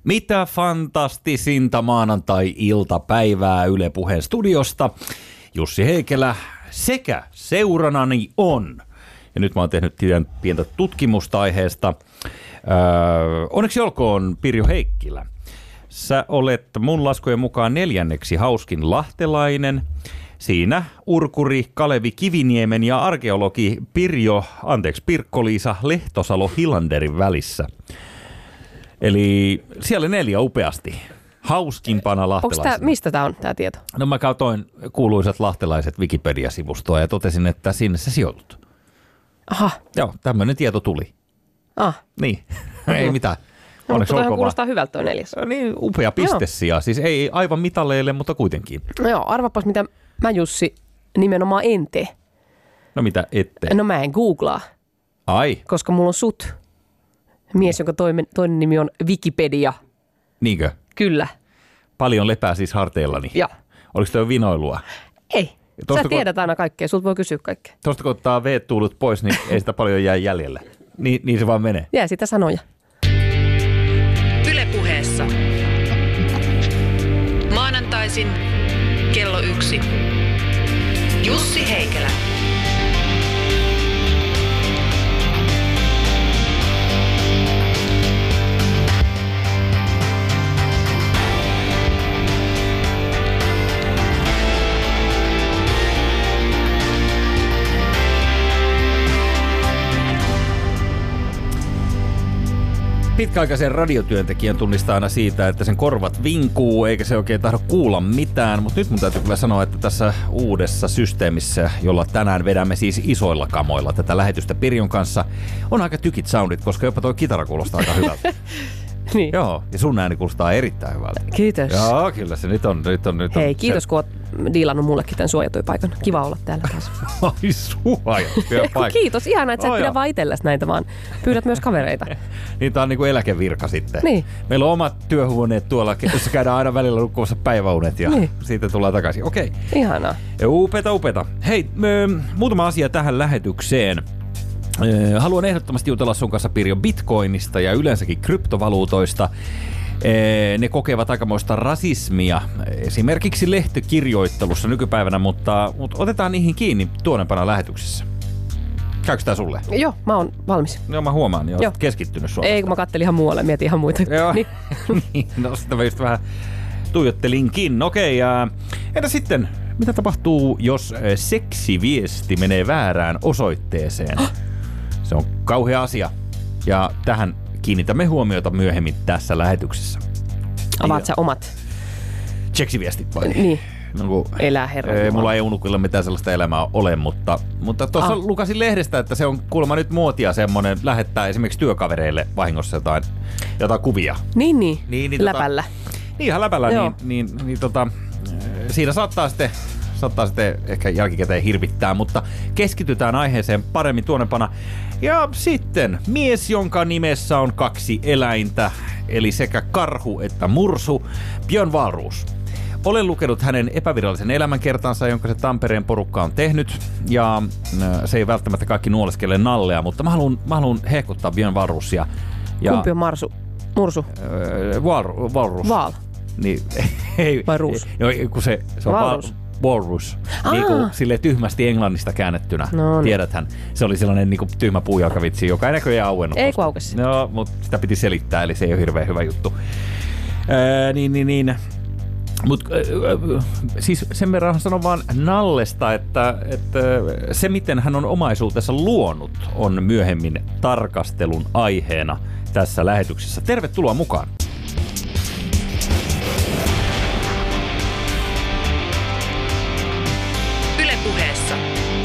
Mitä fantastisinta maanantai-iltapäivää Yle Puheen studiosta. Jussi Heikelä sekä seuranani on. Ja nyt mä oon tehnyt pientä tutkimusta aiheesta. Onneksi olkoon Pirjo Heikkilä. Sä olet mun laskujen mukaan 4. hauskin lahtelainen. Siinä urkuri Kalevi Kiviniemen ja arkeologi Pirkko-Liisa Lehtosalo-Hilanderin välissä. Eli siellä 4 upeasti. Hauskimpana lahtelaisena. Mistä tämä on, tämä tieto? No mä katsoin kuuluisat lahtelaiset Wikipedia-sivustoa ja totesin, että sinne sä sijoitut. Aha. Joo, tämmöinen tieto tuli. Niin, ei mitään. No, mutta toihan kuulostaa hyvältä toi 4. Niin, upea pistesija. Siis ei aivan mitaleille, mutta kuitenkin. Joo, arvapas mitä mä Jussi nimenomaan en tee. No mitä ette? No mä en googlaa. Ai. Koska mulla on sut. Mies, jonka toinen nimi on Wikipedia. Niinkö? Kyllä. Paljon lepää siis harteillani. Joo. Oliko toi vinoilua? Ei. Sä tiedät aina kaikkea, sulta voi kysyä kaikkea. Tuosta kun ottaa V-tuulut pois, niin ei sitä paljon jää jäljellä. Niin se vaan menee. Jää sitä sanoja. Yle Puheessa. Maanantaisin kello 1. Jussi Heikelä. Pitkäaikaisen radiotyöntekijän tunnistaa aina siitä, että sen korvat vinkuu eikä se oikein tahdo kuulla mitään, mutta nyt mun täytyy kyllä sanoa, että tässä uudessa systeemissä, jolla tänään vedämme siis isoilla kamoilla tätä lähetystä Pirjon kanssa, on aika tykit soundit, koska jopa tuo kitara kuulostaa aika hyvältä. Niin. Joo, ja sun ääni kuulostaa erittäin hyvältä. Kiitos. Joo, kyllä se nyt on. Hei, kiitos kun oot diilannut mullekin tämän suojatui-paikan. Kiva olla täällä taas. Ai suojattuja Kiitos, ihanaa, että sä et pidä vaan itsellesi näitä, vaan pyydät myös kavereita. Niin tää on niinku eläkevirka sitten. Niin. Meillä on omat työhuoneet tuolla, jossa käydään aina välillä nukkuvassa päiväunet ja niin. siitä tullaan takaisin. Okei. Ihanaa. Upeeta. Hei, muutama asia tähän lähetykseen. Haluan ehdottomasti jutella sun kanssa Pirjo Bitcoinista ja yleensäkin kryptovaluutoista. Ne kokevat aikamoista rasismia esimerkiksi lehtikirjoittelussa nykypäivänä, mutta otetaan niihin kiinni tuonempana lähetyksessä. Käykö tää sulle? Joo, mä oon valmis. Joo, mä huomaan, niin oot keskittynyt Suomesta. Ei, kun mä kattelin ihan muualle, mietin ihan muita. Joo, niin. No sitä mä just vähän tuijottelinkin. Okei, entä sitten, mitä tapahtuu, jos seksiviesti menee väärään osoitteeseen? Se on kauhea asia ja tähän kiinnitämme huomiota myöhemmin tässä lähetyksessä. Avaat sä omat seksiviestit vai? Niin. No, elää herran. Mulla ei unukilla mitään sellaista elämää ole, mutta tuossa lukasin lehdestä, että se on kuulemma nyt muotia semmoinen lähettää esimerkiksi työkavereille vahingossa jotain kuvia. Niin. Läpällä. Niin, ihan läpällä. Niin, siinä saattaa sitten ehkä jälkikäteen hirvittää, mutta keskitytään aiheeseen paremmin tuonnepana. Ja sitten mies, jonka nimessä on 2 eläintä, eli sekä karhu että mursu, Björn Wahlroos. Olen lukenut hänen epävirallisen elämänkertansa, jonka se Tampereen porukka on tehnyt, ja se ei välttämättä kaikki nuoleskele nallea, mutta mä haluan hehkuttaa Björn Wahlroosia. Kumpi on mursu? Wahlroos. Niin, ei. Vai ruus? Kun se on Walrus. Niin kuin silleen tyhmästi englannista käännettynä. No, tiedäthän. Se oli sellainen niin kuin tyhmä puujalkavitsi, joka ei näköjään auennut. Ei kun aukesi. No, mutta sitä piti selittää, eli se ei ole hirveän hyvä juttu. Niin. Mutta siis sen verran sanon vaan Nallesta, että se miten hän on omaisuutensa luonut on myöhemmin tarkastelun aiheena tässä lähetyksessä. Tervetuloa mukaan. Yle Puheessa.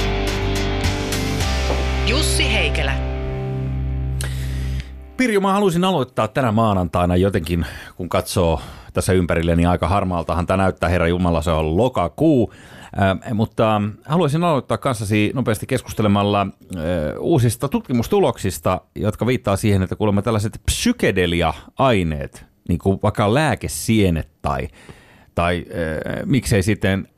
Jussi Heikelä. Pirjo, mä haluaisin aloittaa tänä maanantaina jotenkin, kun katsoo tässä ympärille, niin aika harmaaltahan tämä näyttää, Herra Jumala, se on lokakuu. Mutta haluaisin aloittaa kanssasi nopeasti keskustelemalla uusista tutkimustuloksista, jotka viittaa siihen, että kuulemma tällaiset psykedelia-aineet, niin kuin vaikka lääkesienet tai miksei sitten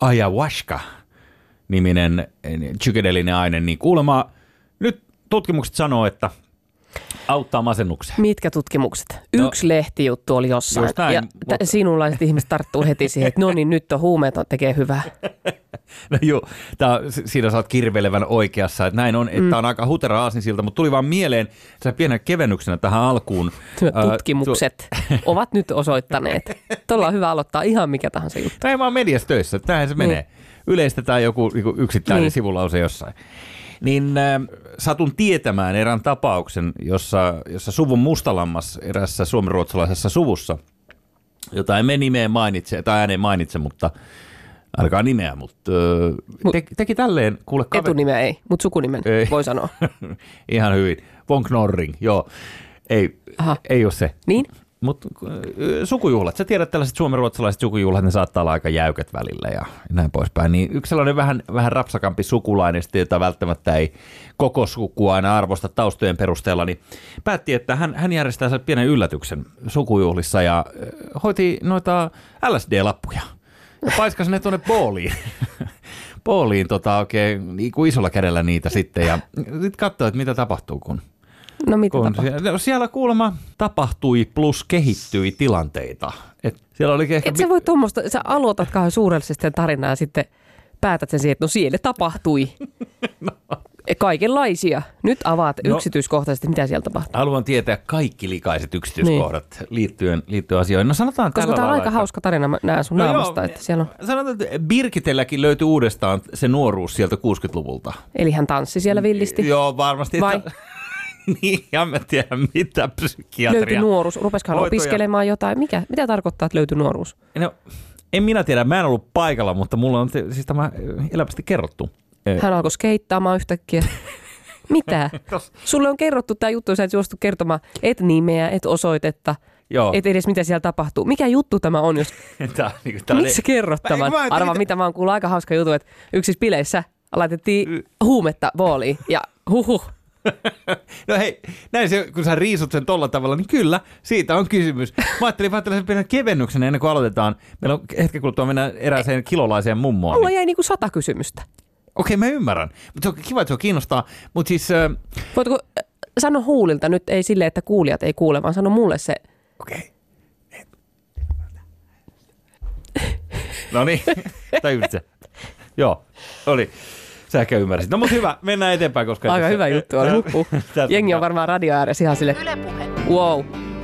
ayahuasca-niminen psykedelinen aine, niin kuulemma nyt tutkimukset sanoo, että Auttaa masennukseen. Mitkä tutkimukset? Yksi lehtijuttu oli jossain. Just näin, ja sinunlaiset ihmiset tarttuu heti siihen, että no niin, nyt on huumeet tekee hyvää. No joo, siinä sä oot kirveilevän oikeassa, että näin on, että on aika hutera aasinsilta, mutta tuli vaan mieleen se pienen kevennyksenä tähän alkuun. Tutkimukset ovat nyt osoittaneet. Tuolla on hyvä aloittaa ihan mikä tahansa juttu. Näin vaan mediassa töissä, että näinhän se menee. Yleistetään joku yksittäinen sivulause jossain. Niin satun tietämään erään tapauksen, jossa suvun mustalammas erässä suomenruotsalaisessa suvussa, jota emme nimeen mainitse, tai ääneen mainitse, mutta ainakaan nimeä, mutta teki tälleen. Kuule, etunimeä ei, mutta sukunimen voi sanoa. Ihan hyvin. Von Knorring, joo. Ei ole se. Niin? Mutta sukujuhlat, sä tiedät tällaiset suomenruotsalaiset sukujuhlat, ne saattaa olla aika jäykät välillä ja näin poispäin. Niin yksi sellainen vähän rapsakampi sukulainen, jota välttämättä ei koko sukua aina arvosta taustojen perusteella, niin päätti, että hän järjestää sen pienen yllätyksen sukujuhlissa ja hoiti noita LSD-lappuja. Ja paiskasi ne tuonne booliin oikein niin kuin isolla kädellä niitä sitten ja sitten katsoi, että mitä tapahtuu, kun No mitä tapahtui? Siellä kuulemma tapahtui plus kehittyi tilanteita. Siellä oli ehkä... Et sä voi tuommoista, sä aloitat kauhean suurellisesti tarinaa ja sitten päätät sen siihen, että no siellä tapahtui. No. Kaikenlaisia. Nyt avaat yksityiskohtaisesti, mitä siellä tapahtui. Haluan tietää kaikki likaiset yksityiskohdat liittyen asioihin. No sanotaan koska tämä on aika hauska tarina, mä näen sun naamasta. Että siellä on... Sanotaan, että Birgitelläkin löytyi uudestaan se nuoruus sieltä 60-luvulta. Eli hän tanssi siellä villisti? Joo, varmasti. Vai? Niin, ja mä tiedän mitä psykiatria. Löytyi nuoruus. Rupesiko hän opiskelemaan jotain? Mitä tarkoittaa, että löytyi nuoruus? No, en minä tiedä. Mä en ollut paikalla, mutta mulla on siis tämä elävästi kerrottu. Hän alkoi skeittaamaan yhtäkkiä. Mitä? Sulle on kerrottu tämä juttu, sä et suostu kertomaan et nimeä, et osoitetta, et edes mitä siellä tapahtuu. Mikä juttu tämä on, jos... Miksi sä kerrot tämän? Arvaa mitä, mä oon kuullut aika hauska juttu, että yksissä bileissä laitettiin huumetta booliin ja huhuh. No hei, näin se, kun sä riisut sen tolla tavalla, niin kyllä, siitä on kysymys. Mä ajattelin vaan tällaisen pienen kevennyksen ennen kuin aloitetaan. Meillä on hetken kuluttua mennään erääseen kilolaiseen mummoon. Mulla jäi niinku 100 kysymystä. Okei, mä ymmärrän. Mutta se on kiva, että se on kiinnostaa. Mutta siis... Voitko sano huulilta nyt, ei silleen, että kuulijat ei kuule, vaan sano mulle se. Okei. No niin, tajusit se. Joo, oli. Sä ehkä ymmärsit. No mutta hyvä, mennään eteenpäin, koska... Aika hyvä juttu oli. Jengi on varmaan radio ääressä ihan sille. Yle Puhe. Wow.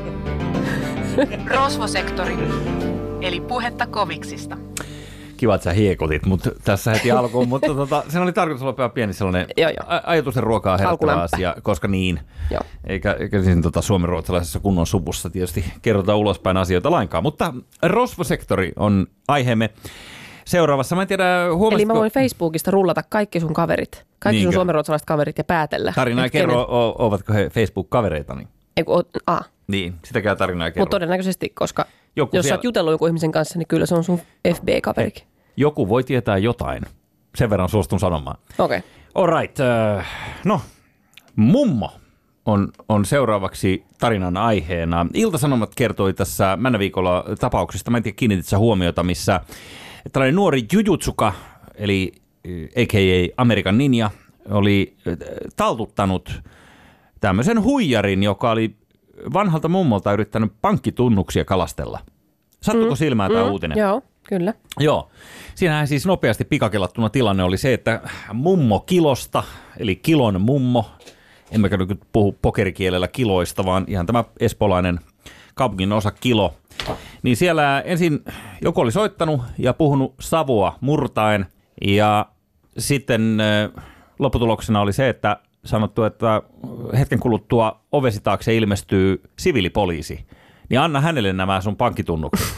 Rosvosektori, eli puhetta koviksista. Kiva, että sä hiekotit, mutta tässä heti alkuun. Mutta sen oli tarkoitus olla pieni sellainen ajatusten ruokaa herättävä asia, koska niin. Joo. Eikä siinä suomenruotsalaisessa kunnon suvussa tietysti kerrota ulospäin asioita lainkaan. Mutta rosvosektori on aiheemme. Seuraavassa, mä en tiedä, huomasitko... Eli mä voin Facebookista rullata kaikki sun kaverit, kaikki sun suomenruotsalaiset kaverit ja päätellä. Tarinaa ei kerro, ovatko he Facebook-kavereitani? Niin, sitäkään tarinaa ei kerro. Mutta todennäköisesti, koska jos sä oot jutellut joku ihmisen kanssa, niin kyllä se on sun FB-kaverikin. Joku voi tietää jotain. Sen verran suostun sanomaan. Okei. All right. No, mummo on seuraavaksi tarinan aiheena. Ilta-Sanomat kertoi tässä männä viikolla tapauksesta. Mä en tiedä, kiinnitit sä huomiota, missä... Tällainen nuori jujutsuka, eli a.k.a. Amerikan ninja, oli taltuttanut tämmöisen huijarin, joka oli vanhalta mummolta yrittänyt pankkitunnuksia kalastella. Sattuiko silmään tämä uutinen? Joo, kyllä. Joo. Siinähän siis nopeasti pikakelattuna tilanne oli se, että mummo kilosta, eli kilon mummo, emmekä nyt puhu pokerikielellä kiloista, vaan ihan tämä espoolainen kaupungin osa kilo, niin siellä ensin joku oli soittanut ja puhunut savua murtaen ja sitten lopputuloksena oli se, että sanottu, että hetken kuluttua ovesi taakse ilmestyy siviilipoliisi, niin anna hänelle nämä sun pankkitunnukset.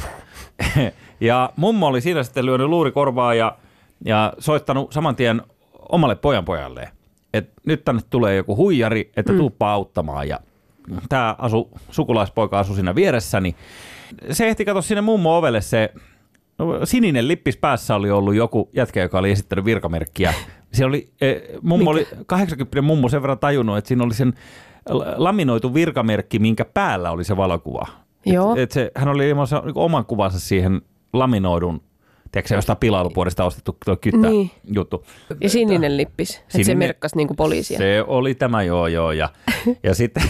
Ja mummo oli siinä sitten lyönyt luurikorvaa ja soittanut saman tien omalle pojanpojalleen, että nyt tänne tulee joku huijari, että tuuppa auttamaan ja tämä sukulaispoika asui siinä vieressäni. Se ehti katsoa sinne mummo ovelle, se sininen lippis päässä oli ollut joku jätkä, joka oli esittänyt virkamerkkiä. Siellä oli, oli 80 mummo sen verran tajunnut, että siinä oli sen laminoitu virkamerkki, minkä päällä oli se valokuva. Joo. Hän oli ilman oman kuvansa siihen laminoidun tiedätkö jostain pilailupuolesta ostettu tuo kyttä juttu. Ja sininen lippis, että se merkkasi niin kuin poliisia. Se oli tämä, joo. Ja sitten,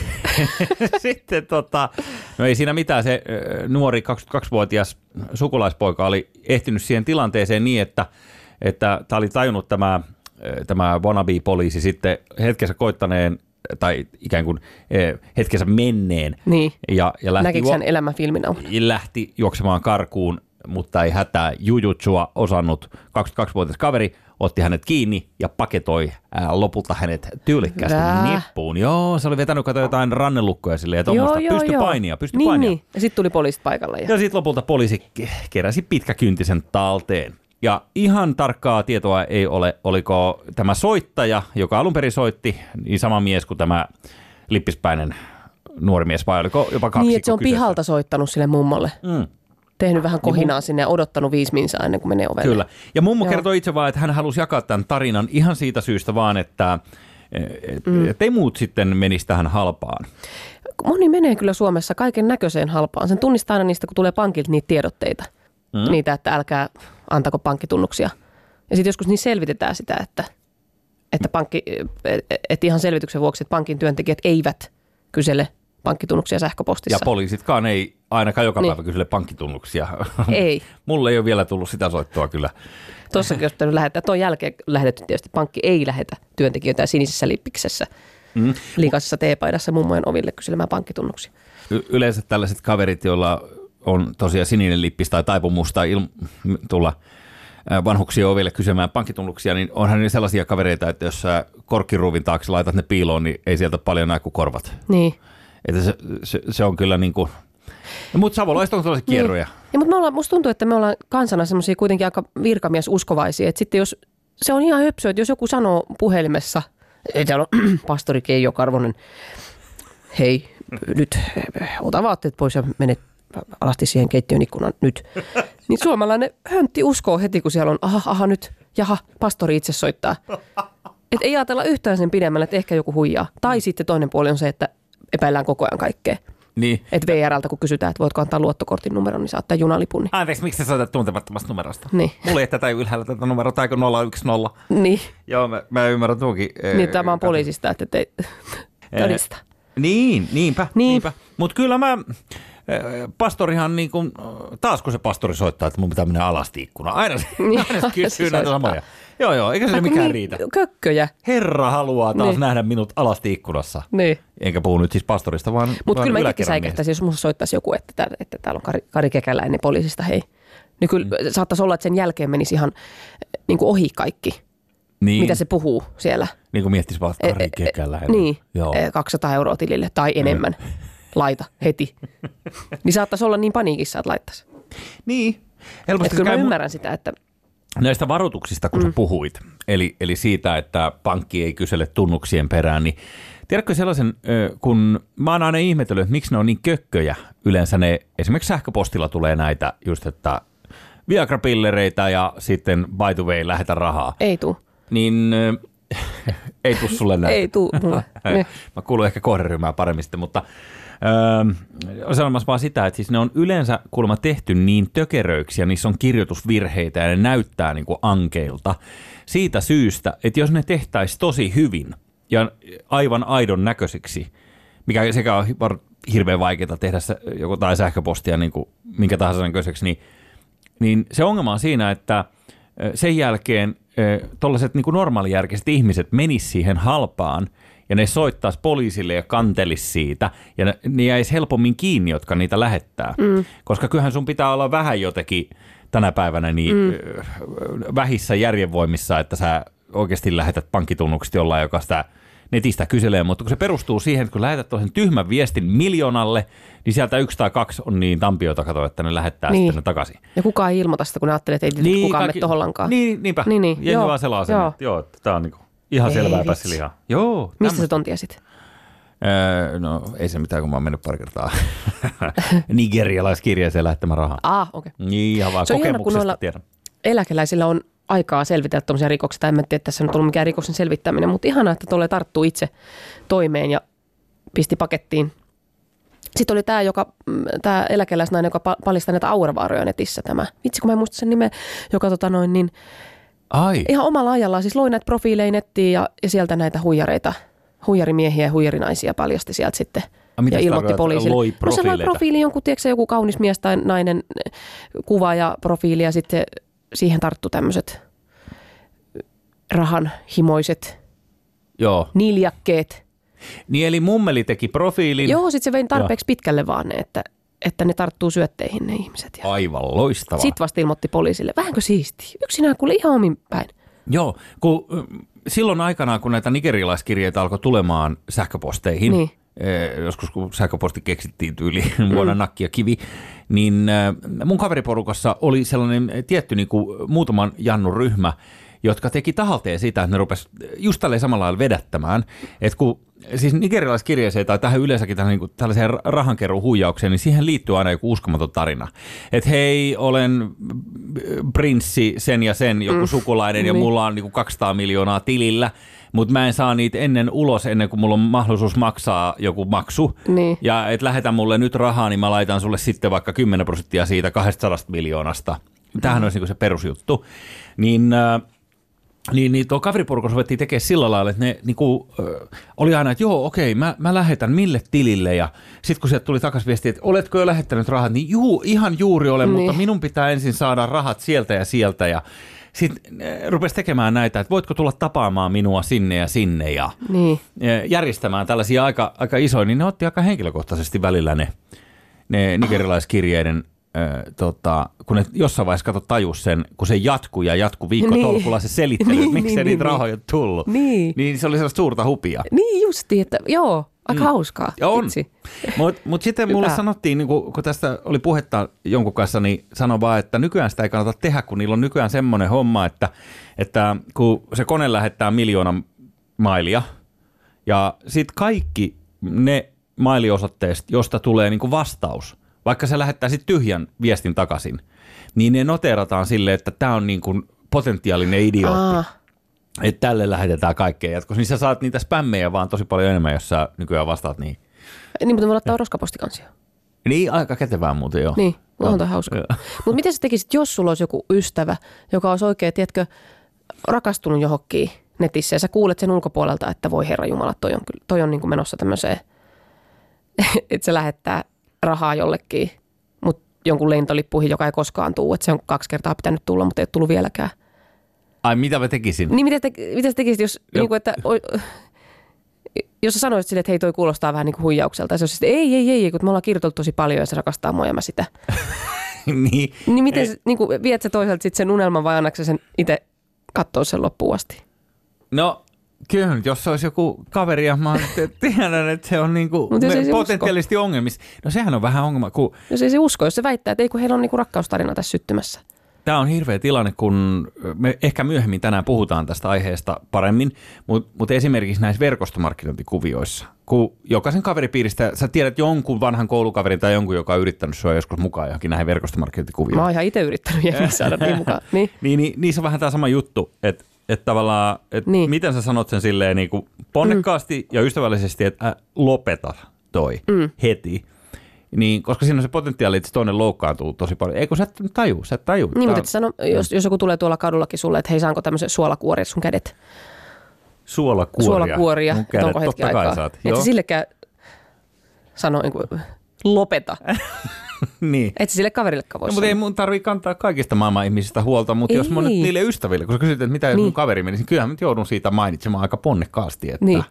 no ei siinä mitään, se nuori 22-vuotias sukulaispoika oli ehtinyt siihen tilanteeseen niin, että tämä oli tajunnut tämä wannabe-poliisi sitten hetkessä koittaneen, tai ikään kuin hetkensä menneen. Niin. Ja näkikö hän elämäfilminä? Lähti juoksemaan karkuun, mutta ei hätää jujutsua osannut 22-vuotias kaveri, otti hänet kiinni ja paketoi lopulta hänet tyylikkäästi nippuun. Joo, se oli vetänyt jotain rannelukkoja silleen, että pysty painia. Niin. Ja sitten tuli poliisit paikalle. Ja sitten lopulta poliisi keräsi pitkäkyntisen talteen. Ja ihan tarkkaa tietoa ei ole, oliko tämä soittaja, joka alun perin soitti, niin sama mies kuin tämä lippispäinen nuori mies, vai oliko jopa kaksikko niin, että se on kyseessä? Pihalta soittanut sille mummolle. Tehnyt vähän kohinaa sinne ja odottanut 5 minsaa ennen kuin menee ovelle. Kyllä. Ja mummo kertoi itse vaan, että hän halusi jakaa tämän tarinan ihan siitä syystä vaan, että ei muut sitten menisi tähän halpaan. Moni menee kyllä Suomessa kaiken näköiseen halpaan. Sen tunnistaa aina niistä, kun tulee pankilta niitä tiedotteita. Niitä, että älkää antako pankkitunnuksia. Ja sitten joskus niin selvitetään sitä, että ihan selvityksen vuoksi, että pankin työntekijät eivät kysele pankkitunnuksia sähköpostissa. Ja poliisitkaan ei ainakaan joka päivä kysele pankkitunnuksia. Ei. Mulle ei ole vielä tullut sitä soittoa kyllä. Tuossakin olisi pitänyt lähettää. Tuon jälkeen lähetetty tietysti pankki ei lähetä työntekijöitä sinisessä lippiksessä, likaisessa teepaidassa mummojen oville kyselemään pankkitunnuksia. Yleensä tällaiset kaverit, joilla on tosiaan sininen lippis tai taipumus tai tulla vanhuksia oville kysymään pankkitunnuksia, niin onhan ne sellaisia kavereita, että jos sä korkkiruuvin taakse laitat ne piiloon, niin ei sieltä paljon näy kuin korvat. Niin. Että se on kyllä niin kuin... No, mutta savolaiset on sellaisia kierroja. Niin. Ja, mutta musta tuntuu, että me ollaan kansana semmoisia kuitenkin aika virkamiesuskovaisia, että sitten jos se on ihan höpsö, että jos joku sanoo puhelimessa, että täällä on pastori Keijo Karvonen, hei, nyt ota vaatteet pois ja menet alasti siihen keittiön ikkunan nyt. Niin suomalainen höntti uskoo heti, kun siellä on, aha nyt, pastori itse soittaa. Että ei ajatella yhtään sen pidemmälle, että ehkä joku huijaa. Tai sitten toinen puoli on se, että epäillään koko ajan kaikkea. Niin. Että VR:ltä kun kysytään, että voitko antaa luottokortin numeron, niin saa ottaa junalipun. Niin. Anteeksi, miksi sä soitat tuntemattomasta numerosta? Niin. Mulla ei tätä ylhäällä tätä numeroa, tai 010. Niin. Joo, mä ymmärrän tuonkin. Niin, tämä on poliisista, että te todista. Niinpä. Mutta kyllä pastorihan niin kuin, taas kun se pastori soittaa, että mun pitää mennä alasti ikkunaan. Aina se kysyy näitä samoja. Joo, eikä se mikään riitä. Kökköjä. Herra haluaa taas nähdä minut alasti ikkunassa. Niin. Enkä puhu nyt siis pastorista, vaan mutta kyllä mä itsekin säikähtäisin, jos musta soittaisi joku, että täällä on Kari Kekäläinen poliisista, hei. Niin kyllä saattaisi olla, että sen jälkeen menisi ihan niin kuin ohi kaikki, mitä se puhuu siellä. Niin kuin miettisi vaan Kari Kekäläinen. Niin, 200 € tilille tai enemmän. Laita heti. Niin saattaisi olla niin paniikissa, että laittaisi. Niin. Että kyllä mä ymmärrän sitä, että... Näistä varoituksista, kun sä puhuit, eli siitä, että pankki ei kysele tunnuksien perään, niin tiedätkö sellaisen, kun mä oon aina ihmetellyt, että miksi ne on niin kökköjä yleensä ne, esimerkiksi sähköpostilla tulee näitä just, että Viagra-pillereitä ja sitten by the way lähetä rahaa. Ei tuu. Niin ei tuu sulle näitä. Ei tuu mulle. Mä kuulun ehkä kohderyhmään paremmin sitten, mutta on sanomassa vaan sitä, että siis ne on yleensä kuulemma tehty niin tökeröiksi ja niissä on kirjoitusvirheitä ja ne näyttää niin kuin ankeilta siitä syystä, että jos ne tehtäisiin tosi hyvin ja aivan aidon näköisiksi, mikä sekä on hirveän vaikeaa tehdä joku tai sähköpostia niin kuin minkä tahansa näköiseksi, niin se ongelma on siinä, että sen jälkeen tuollaiset niin kuin normaalijärkiset ihmiset menis siihen halpaan ja ne soittaisi poliisille ja kantelisi siitä, ja ne jäisi helpommin kiinni, jotka niitä lähettää. Koska kyllähän sun pitää olla vähän jotenkin tänä päivänä niin vähissä järjenvoimissa, että sä oikeasti lähetät pankkitunnukset jollain, joka sitä netistä kyselee, mutta kun se perustuu siihen, että kun lähetät toisen tyhmän viestin miljoonalle, niin sieltä 1 tai 2 on niin tampioita kato, että ne lähettää sitten ne takaisin. Ja kukaan ei ilmoita sitä, kun ne ajattelee, että ei kukaan mene tohollankaan. Niinpä. Jengi vaan selaa sen, että joo, tää on niinku ihan selvää pässilihaa. Joo. Mistä sä ton tiesit? No ei se mitään, kun mä oon mennyt pari kertaa nigerialaiskirjeeseen lähettämään rahaa. Okei. Niin, ihan vaan kokemuksesta tiedän. Eläkeläisillä on aikaa selvitellä tuommoisia rikoksia. En tiedä, että tässä on ollut mikään rikoksen selvittäminen, mutta ihanaa, että tuolle tarttuu itse toimeen ja pisti pakettiin Sitten oli tämä eläkeläisnainen, joka paljasti näitä auravaaroja netissä tämä. Vitsi, kun mä en muista sen nimeä, joka ihan omalla ajallaan siis loi näitä profiileja nettiin ja sieltä näitä huijarimiehiä ja huijarinaisia paljasti sieltä sitten. Ja ilmoitti poliisille. No se loi profiili, joku kaunis mies tai nainen kuva ja profiili ja sitten siihen tarttu tämmöiset rahanhimoiset niljakkeet. Niin eli mummeli teki profiilin. Joo, sitten se vei tarpeeksi pitkälle vaan ne, että ne tarttuu syötteihin ne ihmiset. Ja aivan loistavaa. Sitten vasta ilmoitti poliisille. Vähänkö siistiä? Yksinään kuule ihan omin päin. Joo, kun silloin aikanaan, kun näitä nigerialaiskirjeitä alkoi tulemaan sähköposteihin, niin. Joskus kun sähköposti keksittiin tyyliin vuonna nakki ja kivi, niin mun kaveriporukassa oli sellainen tietty niin kuin muutaman Jannun ryhmä, jotka teki tahalteen sitä, että ne rupesi just tälleen samalla lailla vedättämään. Että kun siis nigerialaiskirjeeseen tai tähän yleensäkin niin tällaiseen rahankeruun huijaukseen, niin siihen liittyy aina joku uskomaton tarina. Että hei, olen prinssi sen ja sen, joku sukulainen ja mulla on niin 200 miljoonaa tilillä, mutta mä en saa niitä ulos ennen kuin mulla on mahdollisuus maksaa joku maksu. Niin. Ja et lähetä mulle nyt rahaa, niin mä laitan sulle sitten vaikka 10% siitä 200 miljoonasta. Tämähän olisi niin se perusjuttu. Niin tuo kaveriporukassa ruvettiin tekemään sillä lailla, että ne niinku, oli aina, että joo, okei, mä lähetän mille tilille. Ja sitten kun sieltä tuli takaisin viesti, että oletko jo lähettänyt rahat, niin ihan juuri olen, mutta minun pitää ensin saada rahat sieltä ja sieltä. Ja sitten rupesi tekemään näitä, että voitko tulla tapaamaan minua sinne ja sinne ja järjestämään tällaisia aika isoja, niin ne otti aika henkilökohtaisesti välillä ne nigerilaiskirjeiden kun ne jossain vaiheessa tajus sen, kun se jatkuu viikkotolkulla se selittely, että miksi niitä rahoja on tullut. Niin se oli sellaista suurta hupia. Niin justi, että joo, aika hauskaa. Mutta sitten mulle sanottiin, niin kun tästä oli puhetta jonkun kanssa, niin sano vaan, että nykyään sitä ei kannata tehdä, kun niillä on nykyään semmoinen homma, että kun se kone lähettää 1 000 000 mailia ja sitten kaikki ne mailiosoitteesta, josta tulee niin kuin vastaus, vaikka se lähettää sitten tyhjän viestin takaisin, niin ne noteerataan silleen, että tämä on niin kuin potentiaalinen idiootti. Että tälle lähetetään kaikkea jatkossa. Niin sä saat niitä spämmejä vaan tosi paljon enemmän, jos sä nykyään vastaat niin. Niin, mutta me laittaa roskapostikansia. Niin, aika kätevää muuten joo. Niin, on tämä hauskaa. Mutta miten sä tekisit, jos sulla olisi joku ystävä, joka olisi oikein, tiedätkö, rakastunut johonkin netissä ja sä kuulet sen ulkopuolelta, että voi herra jumala, toi on niin kuin menossa tämmöiseen, että se lähettää rahaa jollekin, mutta jonkun lentolippuihin, joka ei koskaan tule, että se on 2 kertaa pitänyt tulla, mutta ei ole tullut vieläkään. Ai, mitä mä tekisin? Niin, mitä sä tekisit, jos, niin kuin, että, jos sä sanoisit sille, että hei, toi kuulostaa vähän niin kuin huijaukselta, ja se olisi, että ei, kun me ollaan kirjoiteltu tosi paljon ja se rakastaa mua ja mä sitä. Niin miten niin kuin, viet sä toisaalta sitten sen unelman vai annatko sen itse katsoa sen loppuun asti? No, kyllä nyt, jos se olisi joku kaveri ja mä tiedän, että se on niinku potentiaalisesti ongelmissa. No sehän on vähän ongelma. Jos ei se usko, jos se väittää, että ei kun heillä on niinku rakkaustarina tässä syttymässä. Tämä on hirveä tilanne, kun me ehkä myöhemmin tänään puhutaan tästä aiheesta paremmin, mutta esimerkiksi näissä verkostomarkkinointikuvioissa, kun jokaisen kaveripiiristä, sä tiedät jonkun vanhan koulukaverin tai jonkun, joka on yrittänyt sua joskus mukaan johonkin näihin verkostomarkkinointikuvioihin. Mä oon ihan itse yrittänyt jengiä saada niin mukaan. Niin se on vähän tämä sama juttu, että tavallaan, että miten sä sanot sen silleen niin kuin ponnekkaasti ja ystävällisesti, että lopeta toi heti. Niin, koska siinä on se potentiaali, että toinen loukkaantuu tosi paljon. Ei kun sä et tajuu. Niin, mutta sano, jos joku tulee tuolla kadullakin sulle, että hei, saanko tämmöisen suolakuoria sun kädet? Suolakuoria. Mun kädet, onko hetki aikaa? Saat. Et sä sillekään sano niin kuin, lopeta. Niin. Et sä sille kaverillekaan voi mutta ei mun tarvitse kantaa kaikista maailman ihmisistä huolta, mutta jos mä nyt niille ystäville, kun sä kysyt, että mitä mun kaveri menisi, niin kyllähän nyt joudun siitä mainitsemaan aika ponnekkaasti, että... Niin.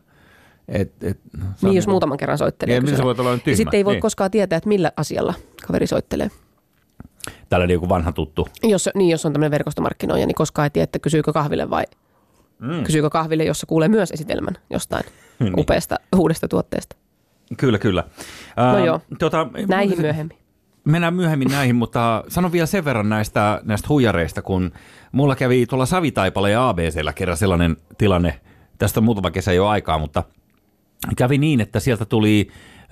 Niin, jos muutaman kerran soittelee. Ja sitten ei voi koskaan tietää, että millä asialla kaveri soittelee. Tällainen joku vanha tuttu. Jos on tämmöinen verkostomarkkinoija, niin koskaan ei tiedä, että kysyykö kahville vai kysyykö kahville, jossa kuulee myös esitelmän jostain upeasta uudesta tuotteesta. Kyllä. No joo, näihin myöhemmin. Mennään myöhemmin näihin, mutta sanon vielä sen verran näistä huijareista, kun mulla kävi tuolla Savitaipale ja ABC:llä kerran sellainen tilanne, tästä on muutama kesä jo aikaa, mutta kävi niin, että sieltä tuli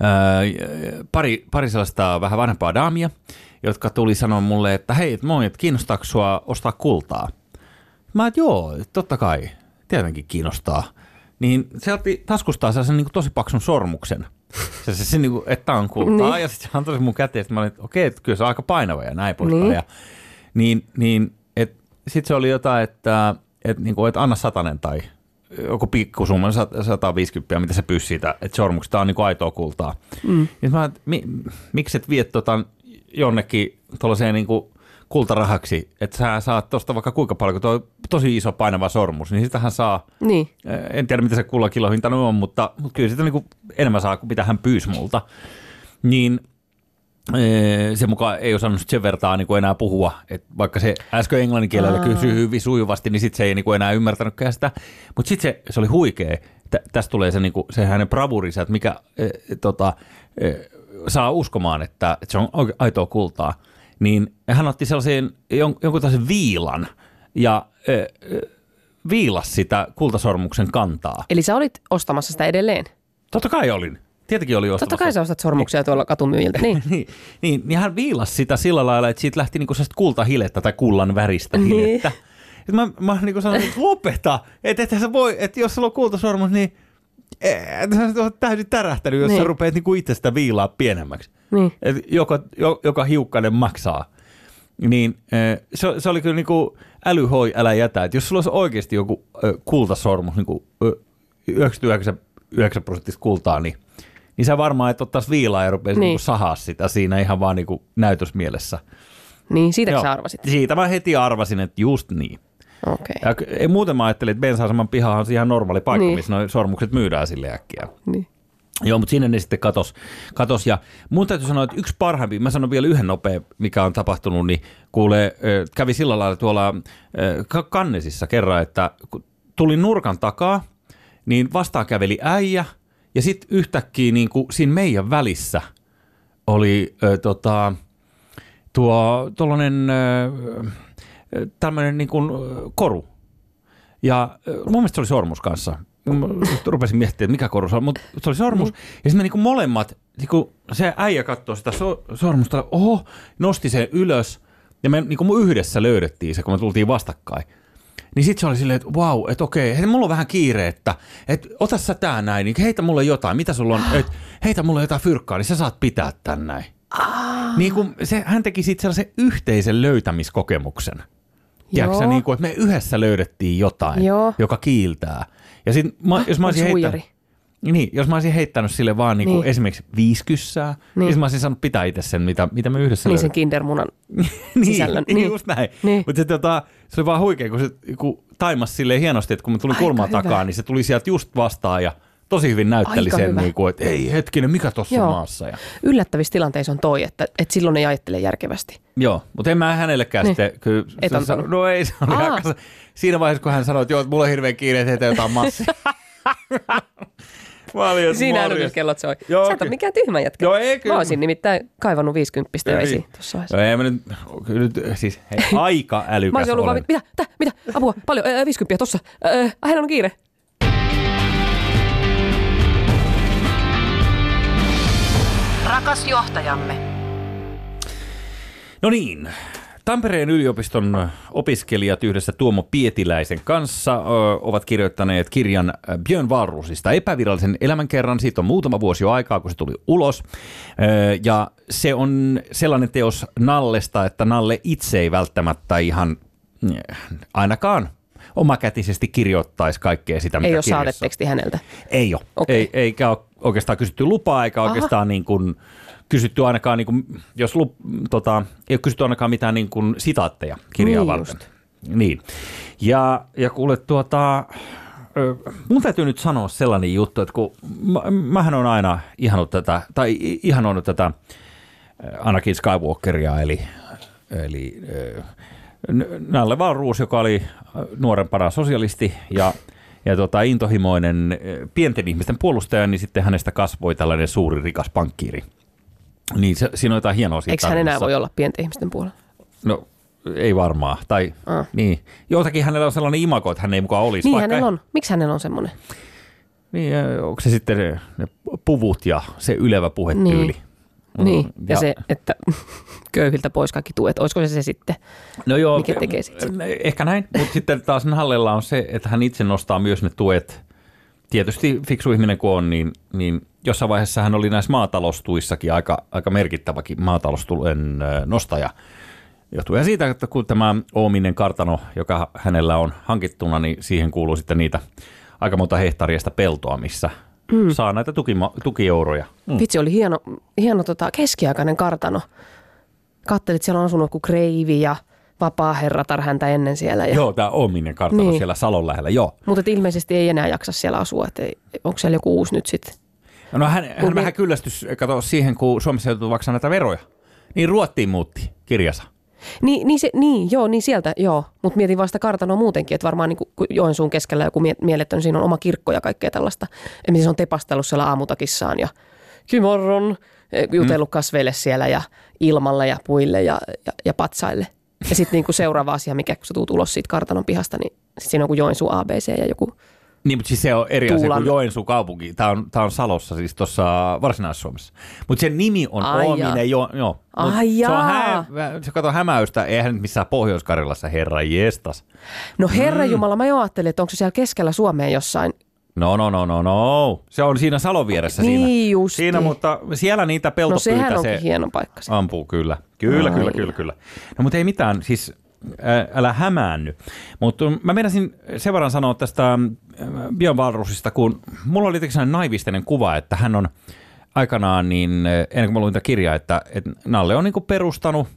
pari sellaista vähän vanhempaa daamia, jotka tuli sanoa mulle, että hei, moi, että kiinnostaako sua ostaa kultaa? Mä että joo, totta kai, tietenkin kiinnostaa. Niin se otti taskustaan sellaisen niin kuin tosi paksun sormuksen. Se niin kuin, että tämä on kultaa. Niin. Ja sitten se antoi se mun käteen, että mä olin, että okei, että kyllä se on aika painava ja näin poispäin. Niin. Sitten se oli jotain, että anna 100 tai joku pikkusumma, 150, mitä se pyysi siitä, että sormuksesta on niin kuin aitoa kultaa. Niin mä miksi et viet jonnekin tuollaiseen niin kuin kultarahaksi, että sä saat tuosta vaikka kuinka paljon, kun tuo on tosi iso painava sormus, niin sitähän saa, en tiedä mitä se kullakilohinta on, mutta kyllä sitä niin kuin enemmän saa kuin mitä hän pyysi multa. Niin se mukaan ei osannut sen vertaa niin kuin enää puhua, että vaikka se äsken englannin kielellä kysyy hyvin sujuvasti, niin sitten se ei niin kuin enää ymmärtänytkään sitä. Mutta sitten se oli huikea. Tästä tulee se, niin kuin, se hänen bravurinsa, että mikä saa uskomaan, että se on aitoa kultaa. Niin hän otti sellaisen jonkun tällaisen viilan ja viilasi sitä kultasormuksen kantaa. Eli sä olit ostamassa sitä edelleen? Totta kai olin. Tietenkin oli ostamassa. Totta kai sä ostat sormuksia tuolla katumyyjiltä. Niin hän viilasi sitä sillä lailla, että siitä lähti niinku sellaista kultahilettä tai kullan väristä hilettä. Mä niinku sanoin, että lopeta, että sä voi, että jos sulla on kultasormus, niin sä oot täysin tärähtänyt, jos sä rupeat niinku itse sitä viilaa pienemmäksi. Niin. Joka hiukkainen maksaa. Niin se oli kyllä niinku älyhoi, älä jätä. Että jos sulla olisi oikeasti joku kultasormus, niinku 99% kultaa, niin sä varmaan et ottaisi viilaa ja rupeaisi niinku sahaa sitä siinä ihan vaan niinku näytösmielessä. Niin, siitäkö sä arvasit? Siitä mä heti arvasin, että just niin. Okay. Ja muuten mä ajattelin, että Bensa-aseman pihahan on ihan normaali paikka, missä nuo sormukset myydään sille äkkiä. Niin. Joo, mutta sinne ne sitten katos. Ja mun täytyy sanoa, että yksi parhaimpi, mä sanon vielä yhden nopea, mikä on tapahtunut, niin kuulee, kävi sillä lailla tuolla Cannesissa kerran, että kun tulin nurkan takaa, niin vastaan käveli äijä, ja sitten yhtäkkiä niin kuin siinä meidän välissä oli tuollainen tämmöinen niin kuin koru. Ja mun mielestä se oli sormus kanssa. Rupesin miettimään, että mikä koru se on, mutta se oli sormus. Ja sitten me niin kuin molemmat, niin kuin se äijä katsoi sitä sormusta, nosti sen ylös, ja me niin kuin yhdessä löydettiin se, kun me tultiin vastakkain. Niin sitten se oli silleen, että vau, että okei, hei, mulla on vähän kiire, että ota sä tää näin, niin heitä mulle jotain, mitä sulla on, että heitä mulle jotain fyrkkaa, niin sä saat pitää tän näin. Niin kuin hän teki sitten sellaisen yhteisen löytämiskokemuksen. Tiedätkö niin kuin, että me yhdessä löydettiin jotain, joka kiiltää. Ja sit, jos mä olisin heittänyt sille vaan niin kuin esimerkiksi 5 kyssää, niin mä olisin saanut pitää itse sen, mitä me yhdessä löydettiin. Sen kindermunan sisällön. Niin, just näin. Niin. Mutta se oli vaan huikea, kun se taimasi silleen hienosti, että kun mä tulin kulmaa takaa, niin se tuli sieltä just vastaan ja tosi hyvin näytteli sen, niin kuin, että ei hetkinen, mikä tossa on maassa. Ja yllättävissä tilanteissa on toi, että silloin ei ajattele järkevästi. Joo, mutta en mä hänellekään sitten. No ei, se oli siinä vaiheessa, kun hän sanoi, että joo, mulla on hirveän kiire, että heitä jotain massia. Siinä älytyskellot soi. Sä et ole mikään tyhmä jätkä. Joo, ei kyllä. Mä olisin nimittäin kaivannut 50 jo esiin tuossa vaiheessa. Joo, ei mä nyt siis aika älykäs mä olisin ollut vaan, mitä, apua, paljon, 50 tossa, hän on kiire. Rakas johtajamme. No niin, Tampereen yliopiston opiskelijat yhdessä Tuomo Pietiläisen kanssa ovat kirjoittaneet kirjan Björn Wahlroosista epävirallisen elämänkerran. Siitä on muutama vuosi jo aikaa, kun se tuli ulos. Ja se on sellainen teos Nallesta, että Nalle itse ei välttämättä ihan ainakaan omakätisesti kirjoittaisi kaikkea sitä, mitä kirjassa. Ei ole saateteksti häneltä? Ei ole. Okay. Eikä ole oikeastaan kysytty lupaa, eikä oikeastaan niin kuin kysytty ainakaan, niin kuin, ei ole kysytty ainakaan mitään niin kuin sitaatteja kirjaa varten. Niin. Ja kuule, mun täytyy nyt sanoa sellainen juttu, että kun mähän on aina ihannut tätä Anakin Skywalkeria, eli Nalle Wahlroos, joka oli nuorempana sosialisti ja intohimoinen pienten ihmisten puolustaja, niin sitten hänestä kasvoi tällainen suuri rikas pankkiiri. Niin siinä on jotain hienoa siitä. Eikö hän enää voi olla pienten ihmisten puolella? No ei varmaan. Tai niin. Jotakin hänellä on sellainen imago, että hän ei mukaan olisi. Niin hänellä on. Miksi hänellä on semmoinen? Niin, onko se sitten ne puvut ja se ylevä puhetyyli? Niin, ja se, että köyhiltä pois kaikki tuet. Olisiko se sitten, no joo, mikä tekee sitten? Ehkä näin, mutta sitten taas Nallella on se, että hän itse nostaa myös ne tuet tietysti fiksu ihminen kuin on, niin jossain vaiheessa hän oli näissä maataloustuissakin aika merkittäväkin maataloustuen nostaja. Johtuen siitä, että kun tämä Oominen kartano, joka hänellä on hankittuna, niin siihen kuuluu sitten niitä aika monta hehtaariasta peltoa, missä saa näitä tukieuroja. Vitsi, oli hieno keskiaikainen kartano. Kattelit, siellä on asunut joku kreivi ja vapaaherratar häntä ennen siellä. Joo, tämä Oominen kartano siellä Salon lähellä, joo. Mutta ilmeisesti ei enää jaksa siellä asua, että onko siellä joku uusi nyt sitten? No hän vähän kyllästys, kato siihen, kun Suomessa joutuu maksamaan näitä veroja. Niin Ruottiin muutti kirjansa. Niin sieltä, joo. Mutta mietin vasta kartanoa muutenkin, että varmaan niin kuin Joensuun keskellä joku mieletön, siinä on oma kirkko ja kaikkea tällaista. Esimerkiksi se on tepastellut siellä aamutakissaan ja kimorron jutellut kasveille siellä ja ilmalle ja puille ja patsaille. Ja sitten niin seuraava asia, mikä kun sä tuut ulos siitä kartanon pihasta, niin sit siinä on joku Joensuun ABC ja joku Niin, mutta siis se on eri asia kuin Joensuun kaupunki. Tämä on Salossa, siis tuossa Varsinais-Suomessa. Mutta sen nimi on Oominen. Joo. Se kato hämäystä, eihän nyt missään Pohjois-Karjalassa, herra jestas. No herra jumala, mä jo ajattelin, että onko se siellä keskellä Suomea jossain. No. Se on siinä Salon vieressä niin justi. Siinä, mutta siellä niitä peltopyitä. No sehän onkin hieno paikka. Ampuu, kyllä. Kyllä. No mutta ei mitään, siis älä hämäänny. Mutta mä meinasin sen verran sanoa tästä Björn Wahlroosista, kun mulla oli sellainen naivistinen kuva, että hän on aikanaan, niin ennen kuin mä luin tätä kirjaa, että Nalle on niin kuin perustanut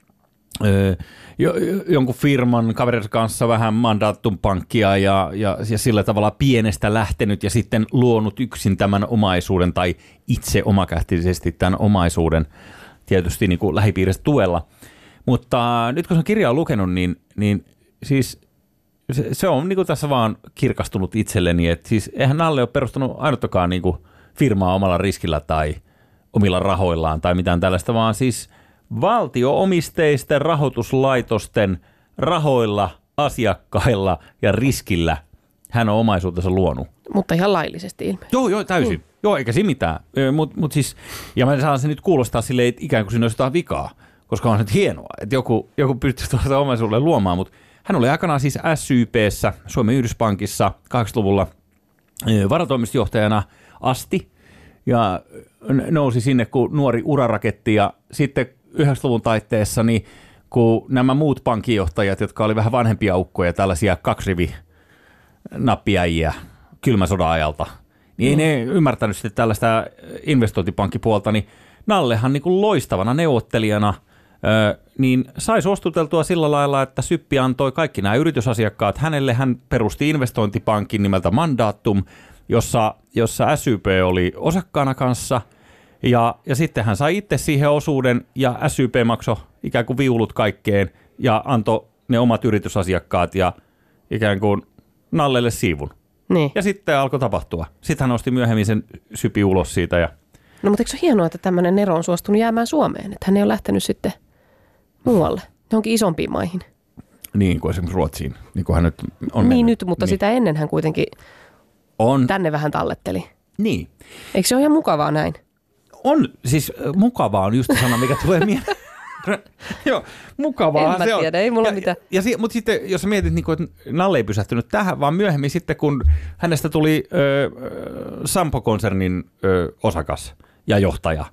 jonkun firman kaverin kanssa vähän Mandatum pankkia ja sillä tavalla pienestä lähtenyt ja sitten luonut yksin tämän omaisuuden tai itse omakähtisesti tämän omaisuuden tietysti niin kuin lähipiiristä tuella. Mutta nyt kun sen kirjaa on lukenut, niin siis se on niin kuin tässä vaan kirkastunut itselleni, että siis eihän Nalle ole perustanut ainuttakaan niin kuin firmaa omalla riskillä tai omilla rahoillaan tai mitään tällaista, vaan siis valtio-omisteisten rahoituslaitosten rahoilla, asiakkailla ja riskillä hän on omaisuutensa luonut. Mutta ihan laillisesti ilmeisesti. Joo, täysin. Joo, eikä siinä mitään. Mut siis, ja mä saan se nyt kuulostaa silleen, että ikään kuin siinä olisi jotain vikaa, koska on nyt hienoa, että joku pystyy tuolta omaisuudelle luomaan, mutta hän oli aikanaan siis SYP:ssä, Suomen Yhdyspankissa 80-luvulla varatoimistojohtajana asti ja nousi sinne kuin nuori uraraketti ja sitten 90-luvun taitteessa, niin kun nämä muut pankinjohtajat, jotka oli vähän vanhempia ukkoja, tällaisia kaksirivi-nappiäjiä kylmän sodan ajalta, niin ei ne ymmärtänyt sitten tällaista investointipankkipuolta, niin Nallehan niin kuin loistavana neuvottelijana niin sai suostuteltua sillä lailla, että Syppi antoi kaikki nämä yritysasiakkaat hänelle. Hän perusti investointipankin nimeltä Mandatum, jossa SYP oli osakkaana kanssa. Ja sitten hän sai itse siihen osuuden ja SYP maksoi ikään kuin viulut kaikkeen ja antoi ne omat yritysasiakkaat ja ikään kuin Nallelle siivun. Niin. Ja sitten alkoi tapahtua. Sitten hän nosti myöhemmin sen Sypi ulos siitä. No mutta eikö se ole hienoa, että tämmöinen Nero on suostunut jäämään Suomeen? Että hän ei ole lähtenyt sitten muualle, johonkin isompiin maihin. Niin kuin esimerkiksi Ruotsiin, niin kuin hän nyt on Niin mennyt. nyt, mutta sitä ennen hän kuitenkin tänne vähän talletteli. Niin. Eikö se ole ihan mukavaa näin? On, siis mukavaa on just se sana, mikä tulee mieleen. Joo, mukavaa se on. En mä tiedä, ei mulla mitään. Mutta sitten, jos sä mietit, niin kuin, että Nalle ei pysähtynyt tähän, vaan myöhemmin sitten, kun hänestä tuli Sampo-konsernin osakas ja johtaja,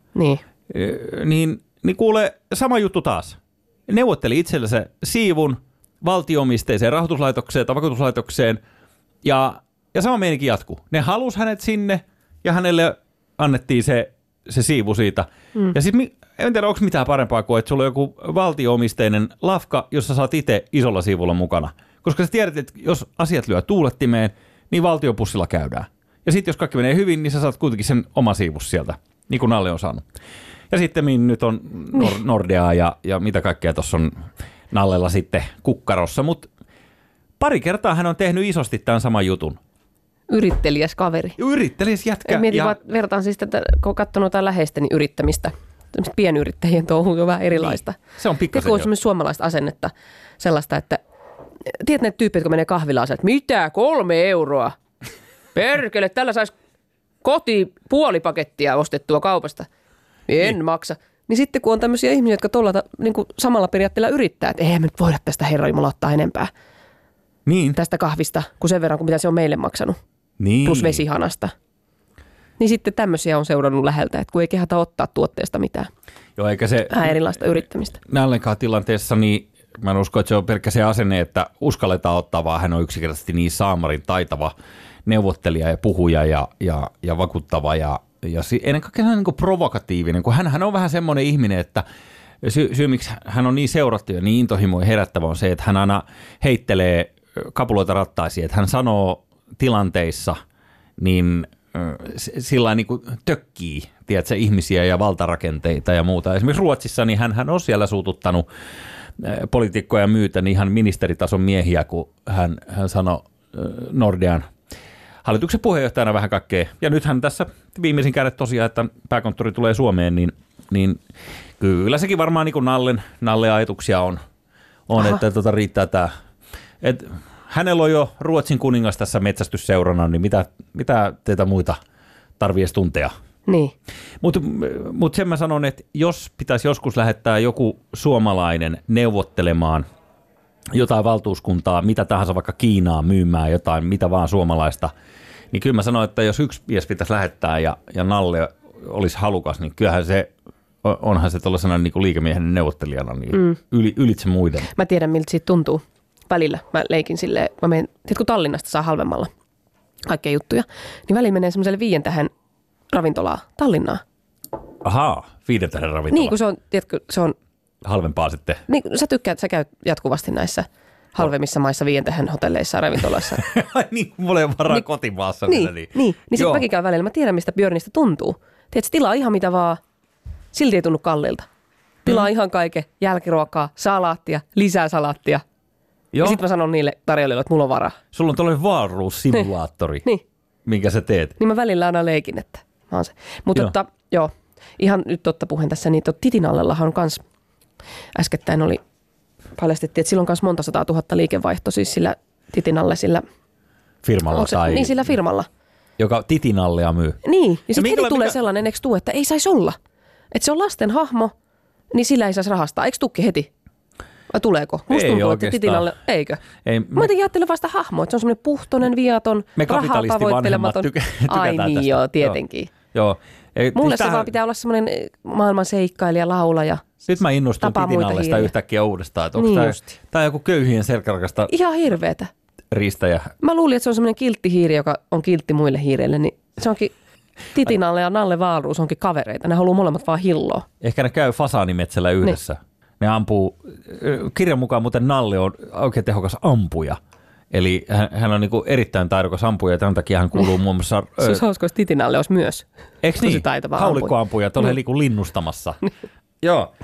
niin kuule, sama juttu taas. Neuvotteli itsellensä siivun valtio-omisteiseen rahoituslaitokseen tai vakuutuslaitokseen, ja sama meininki jatkuu. Ne halusi hänet sinne, ja hänelle annettiin se siivu siitä. Ja sitten en tiedä, onko mitään parempaa kuin, että sulla on joku valtio-omisteinen lafka, jossa saat itse isolla siivulla mukana. Koska sä tiedät, että jos asiat lyö tuulettimeen, niin valtiopussilla käydään. Ja sitten jos kaikki menee hyvin, niin sä saat kuitenkin sen oma siivus sieltä, niin kuin Nalle on saanut. Ja sitten nyt on Nordea ja mitä kaikkea tuossa on Nallella sitten kukkarossa. Mutta pari kertaa hän on tehnyt isosti tämän saman jutun. Yrittelijäs kaveri. Yrittelijäs jätkä. Mietin vertaan siis tätä, kun olen katsonut jotain läheisteni yrittämistä. Pienyrittäjien touhu on vähän erilaista. Niin. Se on pikkasen jo. Esimerkiksi suomalaista asennetta sellaista, että tiedät ne tyypit, jotka menee kahvilaan, että mitä 3 euroa? Perkele, tällä saisi puoli pakettia ostettua kaupasta. En maksa. Niin sitten kun on tämmöisiä ihmisiä, jotka tuolla niin samalla periaatteella yrittää, että eihän me nyt voida tästä herra Jumala ottaa enempää tästä kahvista, kuin sen verran, kuin mitä se on meille maksanut. plus vesihanasta. Niin sitten tämmöisiä on seurannut läheltä, että kun ei kehata ottaa tuotteesta mitään. Joo, eikä se vähän erilaista yrittämistä. Nallenkaan tilanteessa, niin mä en usko, että se on pelkkä se asenne, että uskalletaan ottaa, vaan hän on yksinkertaisesti niin saamarin taitava neuvottelija ja puhuja ja vakuuttava ja ennen kaikkea niin kuin provokatiivinen, kun hän on vähän semmoinen ihminen, että syy miksi hän on niin seurattu ja niin intohimoja herättävä on se, että hän aina heittelee kapuloita rattaisiin, että hän sanoo tilanteissa niin sillä niin kuin tökkii, tiedätkö, ihmisiä ja valtarakenteita ja muuta. Esimerkiksi Ruotsissa niin hän on siellä suututtanut poliitikkoja myytä niin ihan ministeritason miehiä, kun hän sanoi Nordean hallituksen puheenjohtajana vähän kaikkea. Ja nythän tässä viimeisin kädet tosiaan, että pääkonttori tulee Suomeen, niin kyllä sekin varmaan niin kuin Nallen ajatuksia on että riittää tämä. Hänellä on jo Ruotsin kuningas tässä metsästysseurana, niin mitä teitä muita tarvitsisi tuntea? Niin. Mutta sen mä sanon, että jos pitäisi joskus lähettää joku suomalainen neuvottelemaan jotain valtuuskuntaa, mitä tahansa vaikka Kiinaan myymään jotain, mitä vaan suomalaista, niin kyllä mä sanon, että jos yksi mies pitäisi lähettää ja Nalle olisi halukas, niin kyllähän onhan se tuollaisena niin kuin liikemiehen neuvottelijana niin ylitse muiden. Mä tiedän, miltä siitä tuntuu. Välillä mä leikin silleen, kun Tallinnasta saa halvemmalla kaikkea juttuja, niin välillä menee semmoiselle 5 tähden ravintolaa Tallinnaan. Ahaa, 5 tähden ravintola. Niin, kun se on halvempaa sitten. Niin, sä käyt jatkuvasti näissä halvemmissa maissa 5 tähden hotelleissa ja ravintoloissa. Niin, mulla ei ole varaa kotimaassa. Niin sitten mäkin käyn välillä. Mä tiedän, mistä Björnistä tuntuu. Tiedätkö, tilaa ihan mitä vaan. Silti ei tunnu kalliilta. Tilaa ihan kaiken, jälkiruokaa, salaattia, lisää salaattia. Joo. Ja sitten mä sanon niille tarjoilijoille, että mulla on varaa. Sulla on tuollainen Wahlroos-simulaattori, minkä sä teet. Niin mä välillä aina leikin, että mä oon se. Mutta ihan nyt totta puheen tässä, niin Titinallellahan on kans, äskettäin paljastettiin, että sillä on kans monta 100 000 liikevaihto, siis sillä Titinalle, sillä firmalla tai... Niin, sillä firmalla. Joka Titinallea myy. Niin, ja sitten heti tulee sellainen, eikö tuu, että ei saisi olla. Että se on lasten hahmo, niin sillä ei saisi rahastaa. Eikö tukki heti? Vai tuleeko? Musta tuntuu, että Titinalle, eikö? Mä jotenkin ajattelen vasta hahmoa, että se on semmoinen puhtoinen, viaton, rahaa tavoittelematon. Ai niin, joo, tietenkin. Joo. Mulle se vaan pitää olla semmoinen maailman seikkailija, laulaja. Nyt mä innostun Titinallesta yhtäkkiä uudestaan. Että onko niin tämä joku köyhien selkärakasta ihan hirveetä riistäjä? Mä luulin, että se on semmoinen kiltti hiiri, joka on kiltti muille hiireille, niin se onkin Titinalle ja Nalle Wahlroos onkin kavereita. Ne haluaa molemmat vaan hilloa. Ehkä ne käy fasaanimetsällä yhdessä. Niin. Ne ampuu, kirjan mukaan muuten Nalle on oikein tehokas ampuja. Eli hän on niin kuin erittäin taidokas ampuja ja tämän takia hän kuuluu muun muassa... Se olisi hauska, jos Titinalle olisi myös. Eikö niin? Haulikkoampuja, tuolla niin kuin linnustamassa. Joo,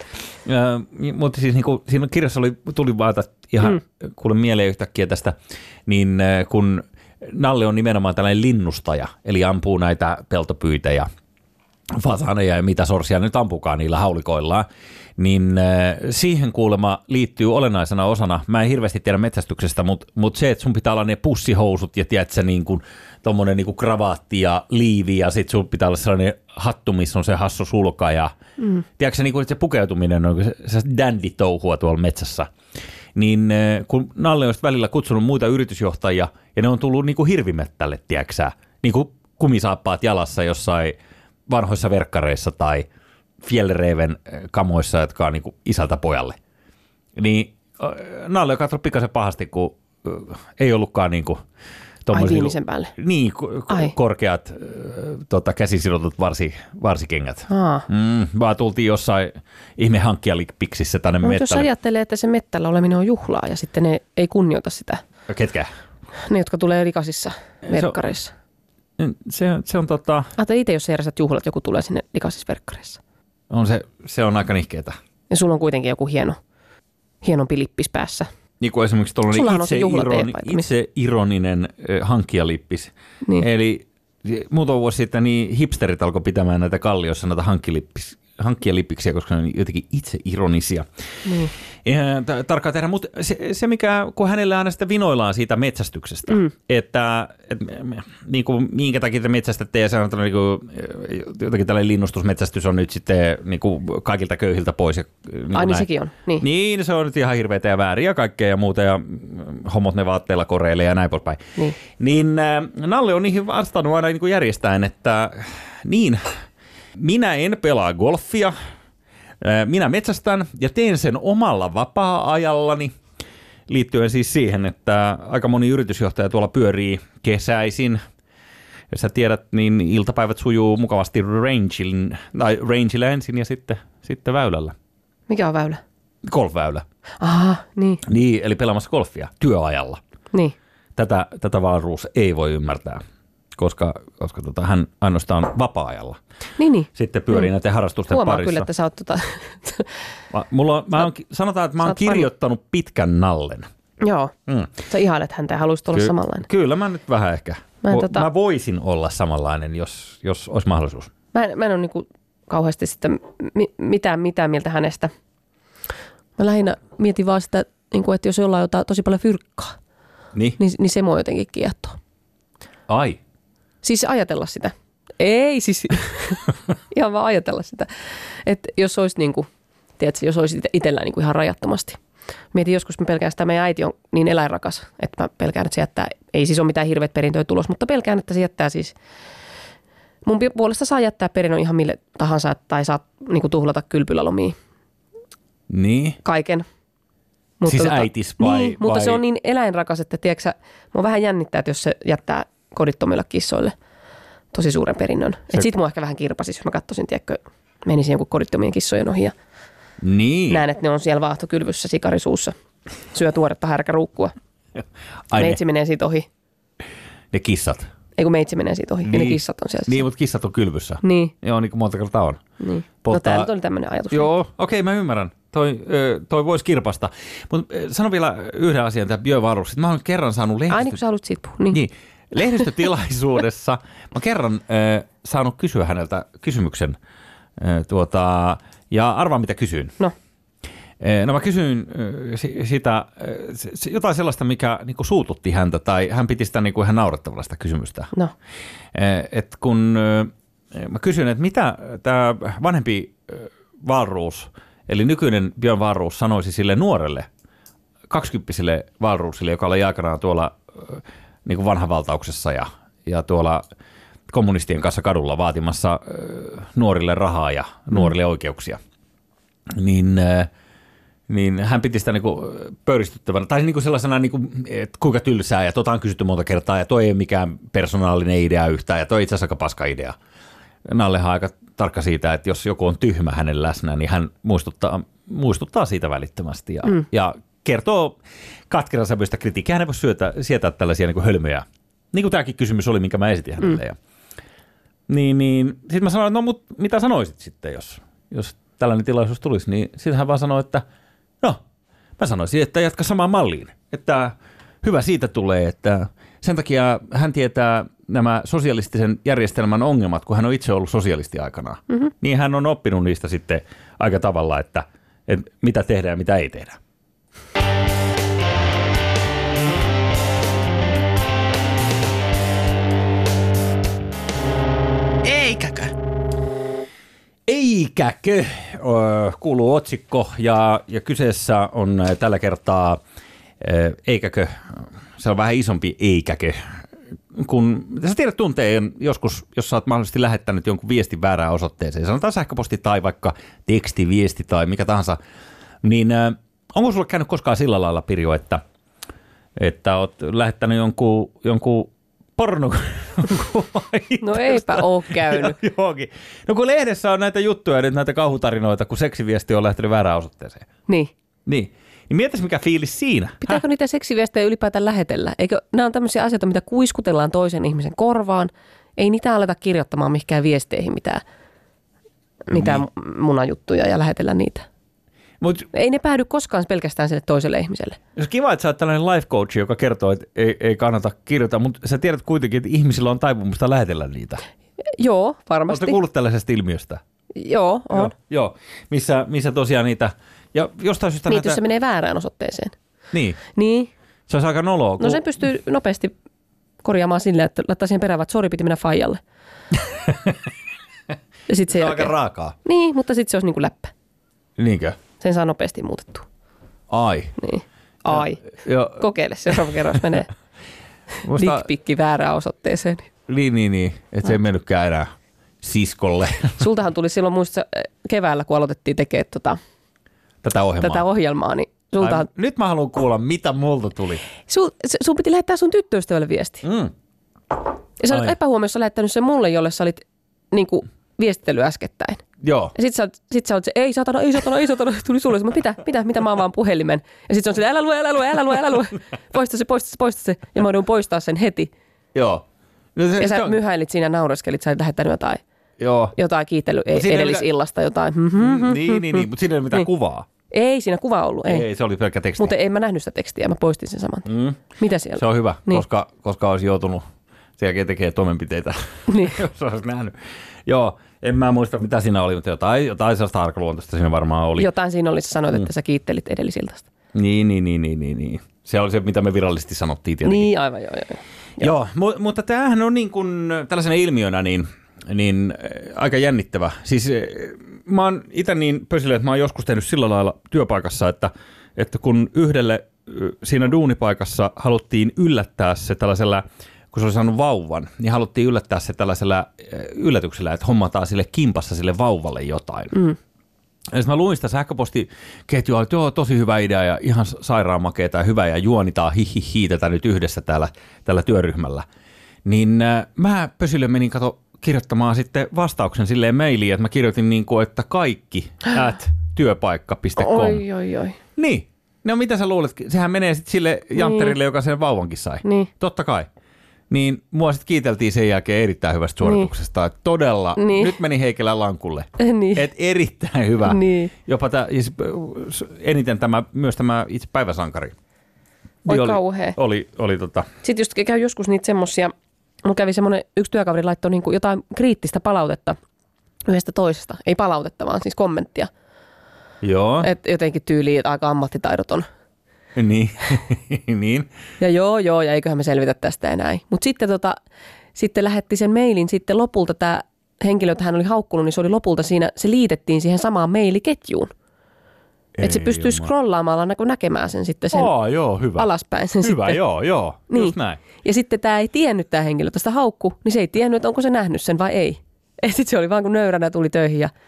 mutta siis niin kuin siinä kirjassa tuli vaan ihan kuule mieleen yhtäkkiä tästä, niin kun Nalle on nimenomaan tällainen linnustaja, eli ampuu näitä peltopyytejä, fasaneja ja mitä sorsia nyt ampukaan niillä haulikoillaan, niin siihen kuulemma liittyy olennaisena osana, mä en hirveästi tiedä metsästyksestä, mutta se, että sun pitää olla ne pussihousut ja tiedätkö, niin kuin tommonen niin kuin kravaatti ja liivi ja sit sun pitää olla sellainen hattu, missä on se hassu sulka ja tiedätkö, niin kuin, että se pukeutuminen on se dandy-touhua tuolla metsässä. Niin kun Nalle on välillä kutsunut muita yritysjohtajia ja ne on tullut niin kuin hirvimettälle, tiedätkö, niin kuin kumisaappaat jalassa jossain vanhoissa verkkareissa tai Fjällräven kamoissa, jotka on niin kuin isältä pojalle. Niin Nalle on katsonut pikaisen pahasti, kun ei ollutkaan niin kuin viimeisen päälle. Niin, korkeat käsisidotut varsikengät. Vaan tultiin jossain ihme hankkijapiksissä tänne mettälle. Jos ajattelee, että se mettällä oleminen on juhlaa ja sitten ne ei kunnioita sitä. Ketkä? Ne, jotka tulee likaisissa verkkareissa. Se on Ajattelin itse, jos järjestät juhlat, joku tulee sinne likaisissa verkkareissa. Se on aika nihkeetä. Ja sulla on kuitenkin joku hienompi lippis päässä. Niin kuin esimerkiksi tuollainen itseironinen hankkijalippis. Niin. Eli muutama vuosi sitten niin hipsterit alkoi pitämään näitä kalliossa näitä hankkijalippisiä, koska ne on jotenkin itseironisia. Niin. tarkkaan tehdä, mutta se mikä, kun hänelle aina sitä vinoillaan siitä metsästyksestä, että niin kuin, minkä takia te metsästätte ja sanotaan, niin kuin, jotenkin tällainen linnustusmetsästys on nyt sitten niin kuin kaikilta köyhiltä pois. Ja, niin sekin on. Niin, se on nyt ihan hirveätä ja väärin ja kaikkea ja muuta ja homot ne vaatteilla koreilee ja näin poispäin. Niin Nalle on niihin vastannut aina niin kuin järjestäen, että niin, minä en pelaa golfia. Minä metsästän ja teen sen omalla vapaa-ajallani, liittyen siis siihen, että aika moni yritysjohtaja tuolla pyörii kesäisin. Jos sä tiedät, niin iltapäivät sujuu mukavasti rangella ensin ja sitten väylällä. Mikä on väylä? Golfväylä. Aha, niin. Niin, eli pelaamassa golfia työajalla. Niin. Tätä Wahlroos ei voi ymmärtää, koska hän ainoastaan vapaa-ajalla. Niin. Sitten pyörii näiden harrastusten Huomaa parissa. kyllä, että sä oot sanotaan, että mä oon kirjoittanut pitkän Nallen. Joo. Sä ihailet häntä ja haluaisit olla samanlainen. Kyllä, mä nyt vähän ehkä. Mä voisin olla samanlainen, jos olisi mahdollisuus. Mä en ole niinku kauheasti sitten mitään mieltä hänestä. Mä lähinnä mietin vaan sitä, että jos jollain jotain tosi paljon fyrkkaa, niin se mua jotenkin kiehtoo. Ai. Siis ajatella sitä. Ei siis, ihan vaan ajatella sitä. Että jos olisi tiedätkö, jos olisi itsellään ihan rajattomasti. Mietin joskus, mä pelkään sitä, meidän äiti on niin eläinrakas, että mä pelkään, että se jättää, ei siis ole mitään hirveät perintöä tulos, mutta pelkään, että se jättää siis, mun puolesta saa jättää perinnön ihan mille tahansa, tai saa tuhlata kylpylälomia. Niin? Kaiken. Mutta siis äitis vai? Niin, mutta se on niin eläinrakas, että tiedätkö, mua vähän jännittää, että jos se jättää kodittomille kissoille tosi suuren perinnön. Että sit mua ehkä vähän kirpasis, jos mä katsoisin, tiedätkö, menisin jonkun kodittomien kissojen ohi ja näen, että ne on siellä vaahtokylvyssä sikarisuussa. Syö tuoretta härkäruukkua. Meitsi menee siitä ohi. Ne kissat? Ei kun meitsi menee siitä ohi ja ne kissat on siellä. Niin, mutta kissat on kylvyssä. Niin. Joo, niin kuin monta kertaa on. Niin. No tämä nyt oli tämmöinen ajatus. Joo, okei, mä ymmärrän. Toi voisi kirpasta. Mutta sano vielä yhden asian, tämä Björn Wahlroos. Mä oon kerran saanut Ai niin, kun sä haluat siitä puhua. Niin. Lehdistötilaisuudessa mä oon kerran saanut kysyä häneltä kysymyksen. Ja arvaa, mitä kysyin. No mä kysyin sitä, jotain sellaista, mikä niinku suututti häntä, tai hän piti sitä niinku ihan naurettavalla sitä kysymystä. No. Et kun mä kysyin, että mitä tämä vanhempi Wahlroos, eli nykyinen Björn Wahlroos sanoisi sille nuorelle, 20-vuotiaille Wahlroosille, joka oli aikanaan tuolla niinku vanhavaltauksessa ja tuolla kommunistien kanssa kadulla vaatimassa nuorille rahaa ja nuorille oikeuksia. Niin hän piti sitä niinku pöyristyttävänä, tai niinku sellaisena, niinku, että kuinka tylsää, ja on kysytty monta kertaa, ja toi ei ole mikään persoonallinen idea yhtään, ja toi itse asiassa aika paska idea. Nallehan on aika tarkka siitä, että jos joku on tyhmä hänen läsnä, niin hän muistuttaa siitä välittömästi, ja kertoo katkeran sävyistä kritiikkiä. Hän ei voi sietää tällaisia niinku hölmöjä, niin kuin tämäkin kysymys oli, minkä mä esitin hänelle. Sitten mä sanoin, että no mut mitä sanoisit sitten, jos tällainen tilaisuus tulisi, niin sitten hän vaan sanoi, että no, mä sanoisin, että jatka samaan malliin. Että hyvä siitä tulee, että sen takia hän tietää nämä sosialistisen järjestelmän ongelmat, kun hän on itse ollut sosialisti aikanaan. Mm-hmm. Niin hän on oppinut niistä sitten aika tavalla, että mitä tehdään ja mitä ei tehdä. Eikäkö, kuuluu otsikko ja kyseessä on tällä kertaa eikäkö, se on vähän isompi eikäkö, kun sä tiedät tunteen joskus, jos sä oot mahdollisesti lähettänyt jonkun viestin väärään osoitteeseen, sanotaan sähköposti tai vaikka tekstiviesti tai mikä tahansa, niin onko sulle käynyt koskaan sillä lailla, Pirjo, että oot lähettänyt jonkun pornokuva? No eipä ole käynyt. Johonkin. No kun lehdessä on näitä juttuja, nyt näitä kauhutarinoita, kun seksiviesti on lähtenyt väärään osoitteeseen. Niin. Niin mietis mikä fiilis siinä. Pitääkö niitä seksiviestejä ylipäätään lähetellä? Eikö nämä on tämmöisiä asioita, mitä kuiskutellaan toisen ihmisen korvaan? Ei niitä aleta kirjoittamaan mihinkään viesteihin mitään munajuttuja ja lähetellä niitä. Ei ne päädy koskaan pelkästään sille toiselle ihmiselle. Jos kiva, että sä oot tällainen life coach, joka kertoo, että ei kannata kirjoittaa, mutta sä tiedät kuitenkin, että ihmisillä on taipumusta lähetellä niitä. Joo, varmasti. Oletko kuullut tällaisesta ilmiöstä? Joo, on. Joo. Missä tosiaan niitä Ja jostain syystä jos se menee väärään osoitteeseen. Niin. Se olisi aika noloa. No sen pystyy nopeasti korjaamaan silleen, että laittaa siihen perään, että sori, piti mennä faijalle. Ja sit se on aika raakaa. Niin, mutta sitten se olisi niin kuin läppä. Niinkö? Sen saa nopeasti muutettua. Ai. Niin. Ai. Kokeile seuraava kerran, jos menee dickpikki väärään osoitteeseen. Niin. Että se ei mennytkään enää siskolle. Sultahan tuli silloin muista keväällä, kun aloitettiin tekemään tätä ohjelmaa, niin sultahan... Nyt mä haluan kuulla, mitä multa tuli. Sun piti lähettää sun tyttöystävälle viesti. Ja sä olet epähuomiossa lähettänyt sen mulle, jolle sä olit niinku viestitellyt äskettäin. Joo. Ja sit sä olet se, ei satana, tuli sulle. Mitä mä oon vaan puhelimen. Ja sit se on se, älä lue. Poista se. Ja mä joudun poistaa sen heti. Joo. No ja sä myhäilit siinä, naureskelit, sä olit lähettänyt jotain kiitellyt edellisillasta, jotain. Niin, mutta siinä ei ole mitään kuvaa. Ei siinä kuva ollut, ei. Se oli pelkkä teksti. Mutta en mä nähnyt sitä tekstiä, mä poistin sen saman. Mitä siellä? Se on hyvä, niin. koska olisi joutunut sen jälkeen tekemään toimenpiteitä, niin. Jos olisi nähnyt. Joo, en mä muista mitä siinä oli, mutta jotain sellaista arkaluontoista siinä varmaan oli. Jotain siinä oli, sä sanoit, että sä kiittelit edellisiltasta. Niin. Se oli se, mitä me virallisesti sanottiin tietenkin. Niin, aivan Joo, mutta tämähän on niin kuin tällaisena ilmiönä niin aika jännittävä. Siis mä oon itse niin pösille, että mä oon joskus tehnyt sillä lailla työpaikassa, että kun yhdelle siinä duunipaikassa haluttiin yllättää se tällaisella, kun se oli saanut vauvan, niin haluttiin yllättää se tällaisella yllätyksellä, että hommataan sille kimpassa sille vauvalle jotain. Ja mä luin sitä sähköpostiketjua, että joo, tosi hyvä idea ja ihan sairaan makeeta ja hyvä ja juonitaan tätä nyt yhdessä tällä työryhmällä. Niin mä pösille menin kirjoittamaan sitten vastauksen silleen mailiin, että mä kirjoitin niin kuin, että kaikki @työpaikka.com. Oi. Niin. No mitä sä luulet? Sehän menee sitten sille jantterille, joka sen vauvankin sai. Niin. Totta kai. Niin mua sitten kiiteltiin sen jälkeen erittäin hyvästä suorituksesta. Että todella, nyt meni Heikelän lankulle. Niin. Et erittäin hyvä. Niin. Jopa eniten myös tämä itse päiväsankari. Oi kauhea. Oli Sitten just käy joskus niitä semmosia, mulla kävi semmoinen yksi työkaveri laittoi niinku jotain kriittistä palautetta yhdestä toisesta. Ei palautetta, vaan siis kommenttia. Joo. Et jotenkin tyyliin, että aika ammattitaidoton. Niin. Ja joo, ja eiköhän me selvitä tästä ja näin. Mutta sitten lähetti sen mailin sitten lopulta tämä henkilö, jota hän oli haukkunut, niin se oli lopulta siinä, se liitettiin siihen samaan mailiketjuun. Että se pystyy scrollaamalla näkemään sen sitten sen hyvä. alaspäin. Sen hyvä, sitten. joo, niin. Just näin. Ja sitten tämä ei tiennyt tämä henkilö tästä haukku, niin se ei tiennyt, että onko se nähnyt sen vai ei. Ja sitten se oli vaan kun nöyränä tuli töihin ja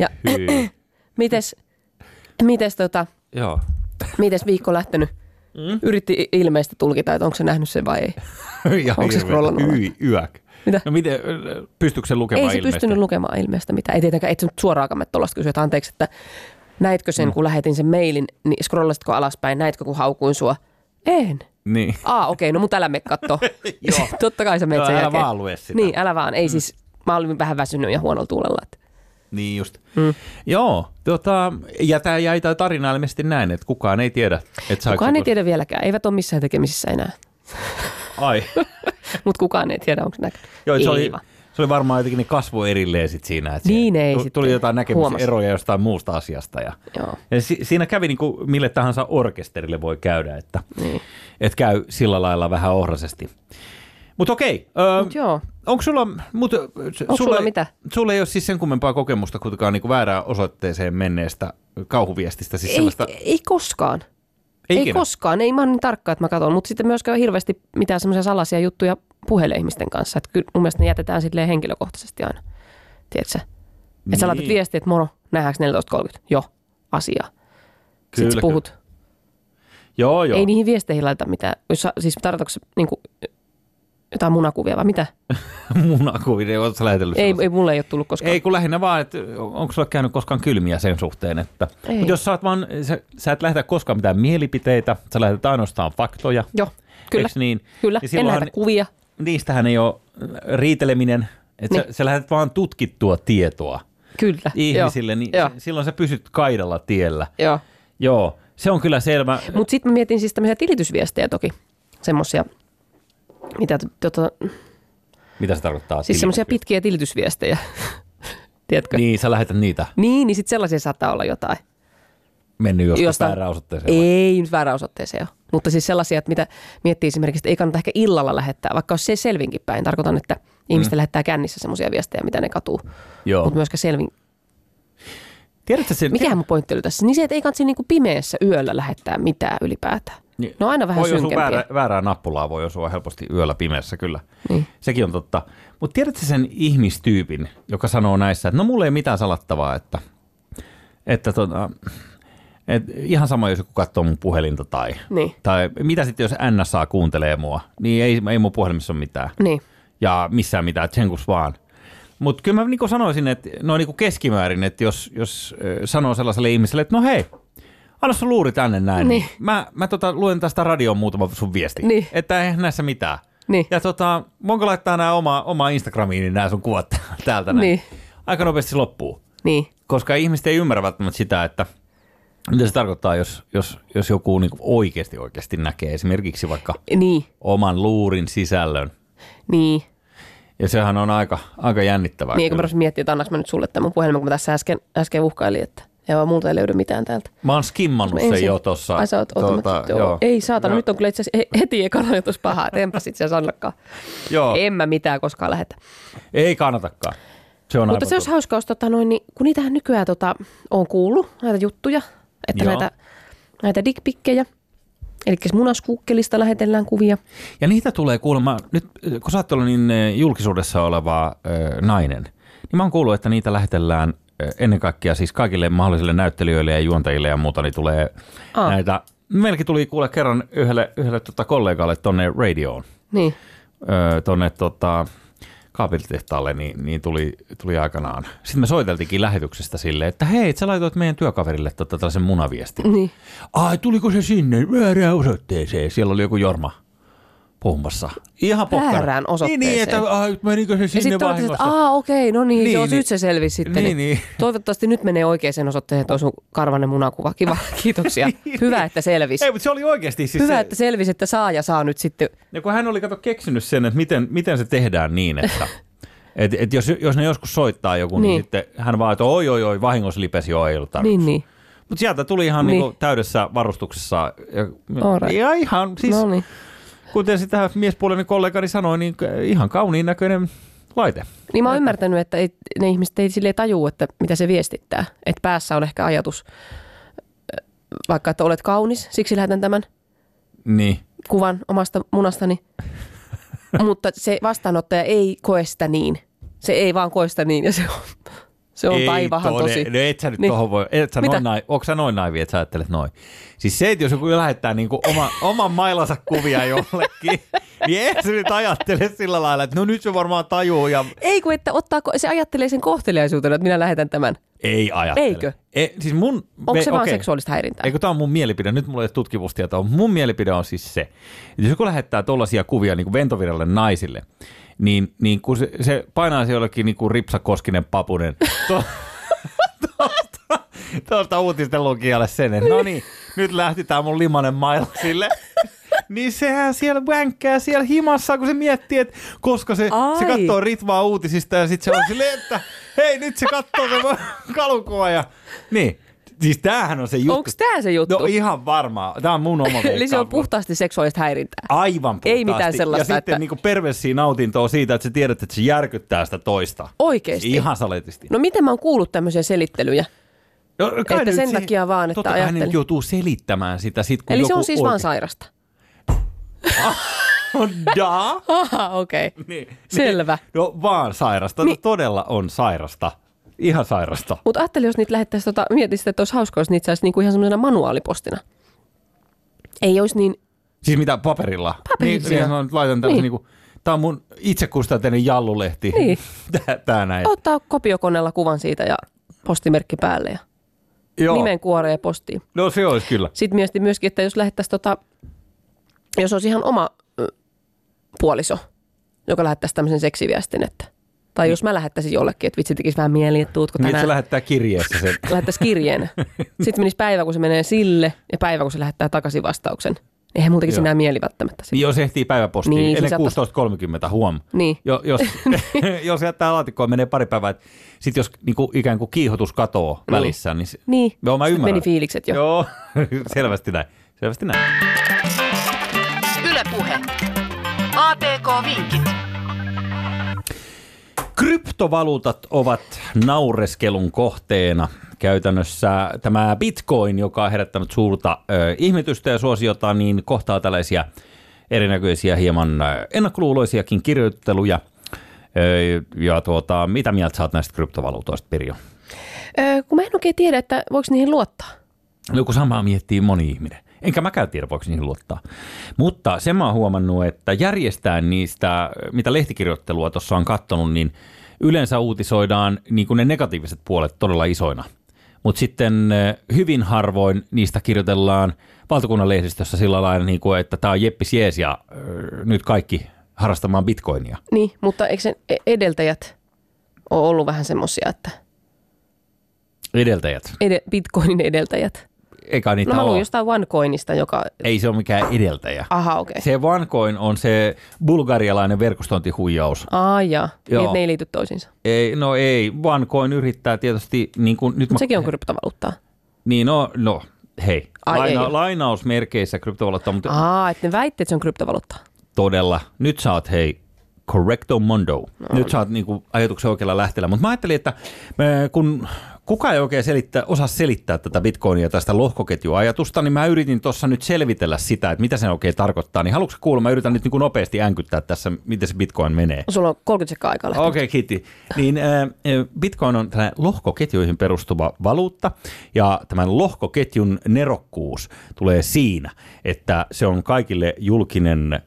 mites viikko lähtenyt? Yritti ilmeisesti tulkita, että onko se nähnyt sen vai ei. Onko se scrollannut? Yäk. Mitä? No miten, pystyykö se lukemaan ilmeistä? Ei se pystynyt lukemaan ilmeistä mitään. Ei tietenkään, et se nyt suoraan mene tuollaista kysyä, että anteeksi, että näitkö sen, kun lähetin sen mailin, niin scrollasitko alaspäin, näitkö, kun haukuin sua? En. Niin. Okei, no mutta älä mene kattoo. Totta kai sä menet sen jälkeen. Älä vaan lue sitä. Niin, älä vaan. Ei siis, mä olin vähän väsynyt ja huonolla tuulella. Että. Niin just. Joo, ja tämä jäi tarina ilmeisesti näin, että kukaan ei tiedä. Kukaan ei tiedä vieläkään, eivät ole missään tekemisissä enää. Ai. Mutta kukaan ei tiedä, onko näkynyt. Joo, se oli varmaan jotenkin ne kasvo erilleen sit siinä, että niin tuli jotain näkemyseroja jostain muusta asiasta. Ja siinä kävi niin kuin mille tahansa orkesterille voi käydä, että käy sillä lailla vähän ohrasesti. Mutta okei. Onko sulla mitä? Sulla ei ole siis sen kummempaa kokemusta kuitenkaan niin kuin väärään osoitteeseen menneestä kauhuviestistä? Siis ei koskaan. Ei koskaan. Ei mä oon niin tarkka, että mä katson. Mutta sitten myöskään hirveästi mitään semmoisia salaisia juttuja puhelee ihmisten kanssa. Että kyllä mun mielestä ne jätetään silleen henkilökohtaisesti aina. Tiedätkö sä? Että sä laitat viestiä, että moro, nähdäänkö 14.30? Joo, asiaa. Sitten sä puhut. Joo. Ei niihin viesteihin laita mitään. Siis tarkoitatko se niinku jotain munakuvia vai mitä? Munakuvia, oletko sä lähetellyt ei, mulle ei ole tullut koskaan. Ei, kun lähinnä vaan, että onko sulla käynyt koskaan kylmiä sen suhteen, että mutta jos sä et lähetä koskaan mitään mielipiteitä, sä lähetät ainoastaan faktoja. Joo, kyllä. Niin? Kyllä, en lähetä kuvia. Niistähän ei ole riiteleminen, että sä lähetät vaan tutkittua tietoa. Kyllä. Ihmisille, niin silloin sä pysyt kaidalla tiellä. Joo, se on kyllä selvä. Mutta sitten mä mietin siis tämmöisiä tilitysviestejä toki, semmoisia. Mitä se tarkoittaa? Siis semmoisia pitkiä tilitysviestejä. Tiedätkö? Niin, sä lähetät niitä. Niin sitten sellaisia saattaa olla jotain. mennyt joskus väärään osoitteeseen? Ei nyt väärään osoitteeseen ole. Mutta siis sellaisia, että mitä miettii esimerkiksi, että ei kannata ehkä illalla lähettää, vaikka olisi se selvinkin päin. Tarkoitan, että ihmiset lähettää kännissä semmoisia viestejä, mitä ne katuu. Mutta myöskään selvin. Tiedätkö sen? Mikähän mun pointti oli tässä? Niin se, että ei kannata niinku pimeässä yöllä lähettää mitään ylipäätään. Niin. Ne on aina vähän synkempiä. Väärää nappulaa voi osua helposti yöllä pimeässä kyllä. Niin. Sekin on totta. Mutta tiedätkö sen ihmistyypin, joka sanoo näissä, että no mulla ei mitään salattavaa, että ihan sama, jos joku katsoo mun puhelinta tai mitä sitten, jos NSA kuuntelee mua, niin ei mun puhelimessa ole mitään. Niin. Ja missään mitään, tsenkus vaan. Mutta kyllä mä niinku sanoisin, että no niinku keskimäärin, että jos sanoo sellaiselle ihmiselle, että no hei, anna sun luuri tänne näin. Niin. Mä luen tästä radioon muutama sun viesti, että ei näissä mitään. Niin. Ja voinko laittaa nämä oma Instagramiin, niin nämä sun kuvat täältä näin. Niin. Aika nopeasti se loppuu. Niin. Koska ihmiset ei ymmärrä välttämättä sitä, että mitä se tarkoittaa, jos joku niinku oikeasti näkee esimerkiksi vaikka oman luurin sisällön. Niin. Ja sehän on aika jännittävää. Niin, kun mä miettiä, että annaks mä nyt sulle tämän puhelimen, kun mä tässä äsken uhkailin, että multa ei löydy mitään täältä. Mä oon skimmannut sen jo tossa. Ai sä oot joo. Ei saatana, nyt on kyllä itse asiassa heti ekana jotus pahaa, että enpä sit siellä sanokaan. En mä mitään koskaan lähetä. Ei kannatakaan. Mutta se olisi hauskaa, niin, kun niitähän nykyään on kuullut, näitä juttuja, että näitä dickpikkejä. Eli munaskuukkelista lähetellään kuvia. Ja niitä tulee kuulemma, nyt kun sä oot ollut niin julkisuudessa oleva nainen, niin mä oon kuullut, että niitä lähetellään ennen kaikkea siis kaikille mahdollisille näyttelijöille ja juontajille ja muuta, niin tulee näitä. Meilläkin tuli kuule kerran yhdelle kollegalle tonne radioon, tonne kaapelitehtaalle, niin tuli aikanaan. Sitten me soiteltiinkin lähetyksestä silleen, että hei, sä laitoit meidän työkaverille tällaisen munaviestin. Niin. Ai, tuliko se sinne väärään osoitteeseen? Siellä oli joku Jorma puhumassa. Ihan pokkara. Väärään osoitteeseen. Niin, että menikö se sinne vahingossa? Ja sitten okei, no niin, nyt se selvisi sitten. Niin. Toivottavasti nyt menee oikeaan osoitteeseen tuo sun karvanen munakuva. Kiva, kiitoksia. Hyvä, että selvisi. Ei, mutta se oli oikeasti siis hyvä, että selvisi, että saa nyt sitten. Ja kun hän oli keksinyt sen, että miten se tehdään niin, että jos ne joskus soittaa joku, niin sitten hän vaan, että oi, vahingossa lipesi jo, ei ollut tarkoitus. Niin. Mutta sieltä tuli ihan niinku täydessä varustuksessa. Ja ihan siis... No niin. Kuten sitä miespuolinen kollegani sanoi, niin ihan kauniin näköinen laite. Niin mä oon ymmärtänyt, että ne ihmiset ei silleen tajuu, että mitä se viestittää. Että päässä on ehkä ajatus, vaikka että olet kaunis, siksi lähetän tämän kuvan omasta munastani. Mutta se vastaanottaja ei koe sitä niin. Se ei vaan koe sitä niin ja se on taivahan tosi. No et sä nyt tohon voi. Onko sä noin naivi, että sä ajattelet noin? Siis se, että jos joku lähettää niinku oman mailansa kuvia jollekin, niin ei se nyt ajattele sillä lailla, että no nyt se varmaan tajuu. Ei kun, että se ajattelee sen kohteliaisuutena, että minä lähetän tämän. Ei ajattele. Eikö? Siis onko se vaan seksuaalista häirintää? Eikö tämä on mun mielipide? Nyt mulla ei ole tutkimustietoa. Mun mielipide on siis se, että jos joku lähettää tollaisia kuvia niin kuin ventoviralle naisille, niin kun se painaa se jollekin niin kuin Ripsakoskinen papunen tuosta uutisten lukijalle sen, että no niin, nyt lähti tää mun limanen maila sille. Niin sehän siellä vänkkää siellä himassa, kun se miettii, että koska se katsoo Ritvaa uutisista ja sitten se on silleen, että hei, nyt se katsoo se kalukua ja niin. Siis tämähän on se juttu. Onko tämä se juttu? No ihan varmaa. Tämä on mun oma veikkaus. Eli se on puhtaasti seksuaalista häirintää. Aivan puhtaasti. Ei mitään sellaista. Ja sitten niinku perversiä nautintoa siitä, että sä tiedät, että se järkyttää sitä toista. Oikeesti? Ihan saletisti. No miten mä oon kuullut tämmöisiä selittelyjä? No, että sen takia vaan, että ajattelin. Totta kai joutuu selittämään sitä. Sit, kun eli joku se on siis vaan sairasta? Aha, okei. Niin. Selvä. No vaan sairasta. No, todella on sairasta. Ihan sairasta. Mutta ajattelin, jos niitä lähettäisiin, mietisit, että olisi hauskaa, jos niitä saisi niinku ihan semmoisena manuaalipostina. Ei olisi niin... Siis mitä, paperilla? Paperilla. Niin, laitan tällaisen niinku... Tämä on mun itsekustanteinen jallulehti. Niin. Tää näin. Ottaa kopiokoneella kuvan siitä ja postimerkki päälle ja nimen kuoreen ja postiin. No se olisi kyllä. Sitten mietin myöskin, että jos lähettäisiin jos olisi ihan oma puoliso, joka lähettäisi tämmöisen seksiviestin, että tai jos mä lähettäisin jollekin, että vitsi tekisi vähän mieli, että tuutko tänään. Niin, se lähettää kirjeessä sen. Lähettäisi kirjeen. Sitten menisi päivä, kun se menee sille, ja päivä, kun se lähettää takaisin vastauksen. Eihän muutenkin sinä mieli välttämättä. Jos ehtii päiväpostiin niin, ennen 16.30 huom. Niin. Jos jättää laatikkoon, menee pari päivää. Sitten jos niinku, ikään kuin kiihotus katoo välissä, niin. Joo, mä ymmärrän. Meni fiilikset jo. Joo, selvästi näin. Yle Puhe. ATK-vinkit. Kryptovaluutat ovat naureskelun kohteena. Käytännössä tämä Bitcoin, joka on herättänyt suurta ihmetystä ja suosiota, niin kohtaa tällaisia erinäköisiä hieman ennakkoluuloisiakin kirjoitteluja. Ja mitä mieltä sä oot näistä kryptovaluutoista, Pirjo? Kun mä en oikein tiedä, että voiko niihin luottaa. Joku samaa miettii moni ihminen. Enkä mäkään tiedä, voiko niihin luottaa. Mutta sen mä oon huomannut, että järjestään niistä, mitä lehtikirjoittelua tuossa on katsonut, niin yleensä uutisoidaan niin kuin ne negatiiviset puolet todella isoina. Mutta sitten hyvin harvoin niistä kirjoitellaan valtakunnan lehdistössä sillä lailla, niin kuin, että tämä on jeppis jees ja nyt kaikki harrastamaan bitcoinia. Niin, mutta eikö sen edeltäjät ole ollut vähän semmoisia, että... Edeltäjät? Bitcoinin edeltäjät. Eikä niitä mä luin jostain OneCoinista, joka... Ei se ole mikään edeltäjä. Aha, okei. Se OneCoin on se bulgarialainen verkostointihuijaus. Niin ne ei liity toisiinsa. Ei, OneCoin yrittää tietysti... Niin kuin, nyt sekin on kryptovaluuttaa. Niin, hei. Lainausmerkeissä kryptovaluuttaa. Mutta... että ne väitte, että se on kryptovaluuttaa. Todella. Nyt sä oot, hei, correcto mondo. Nyt sä oot niinku ajatuksen oikealla lähteellä. Mutta mä ajattelin, että kun kukaan ei oikein osaa selittää tätä bitcoinia tästä lohkoketjuajatusta, niin mä yritin tuossa nyt selvitellä sitä, että mitä se oikein tarkoittaa. Niin haluatko kuulla, mä yritän nyt niin kuin nopeasti änkyttää tässä, miten se bitcoin menee. Sulla on 30 sekkaa aikaa lähtenyt. Okei, kiitti. Niin bitcoin on tällainen lohkoketjuihin perustuva valuutta, ja tämän lohkoketjun nerokkuus tulee siinä, että se on kaikille julkinen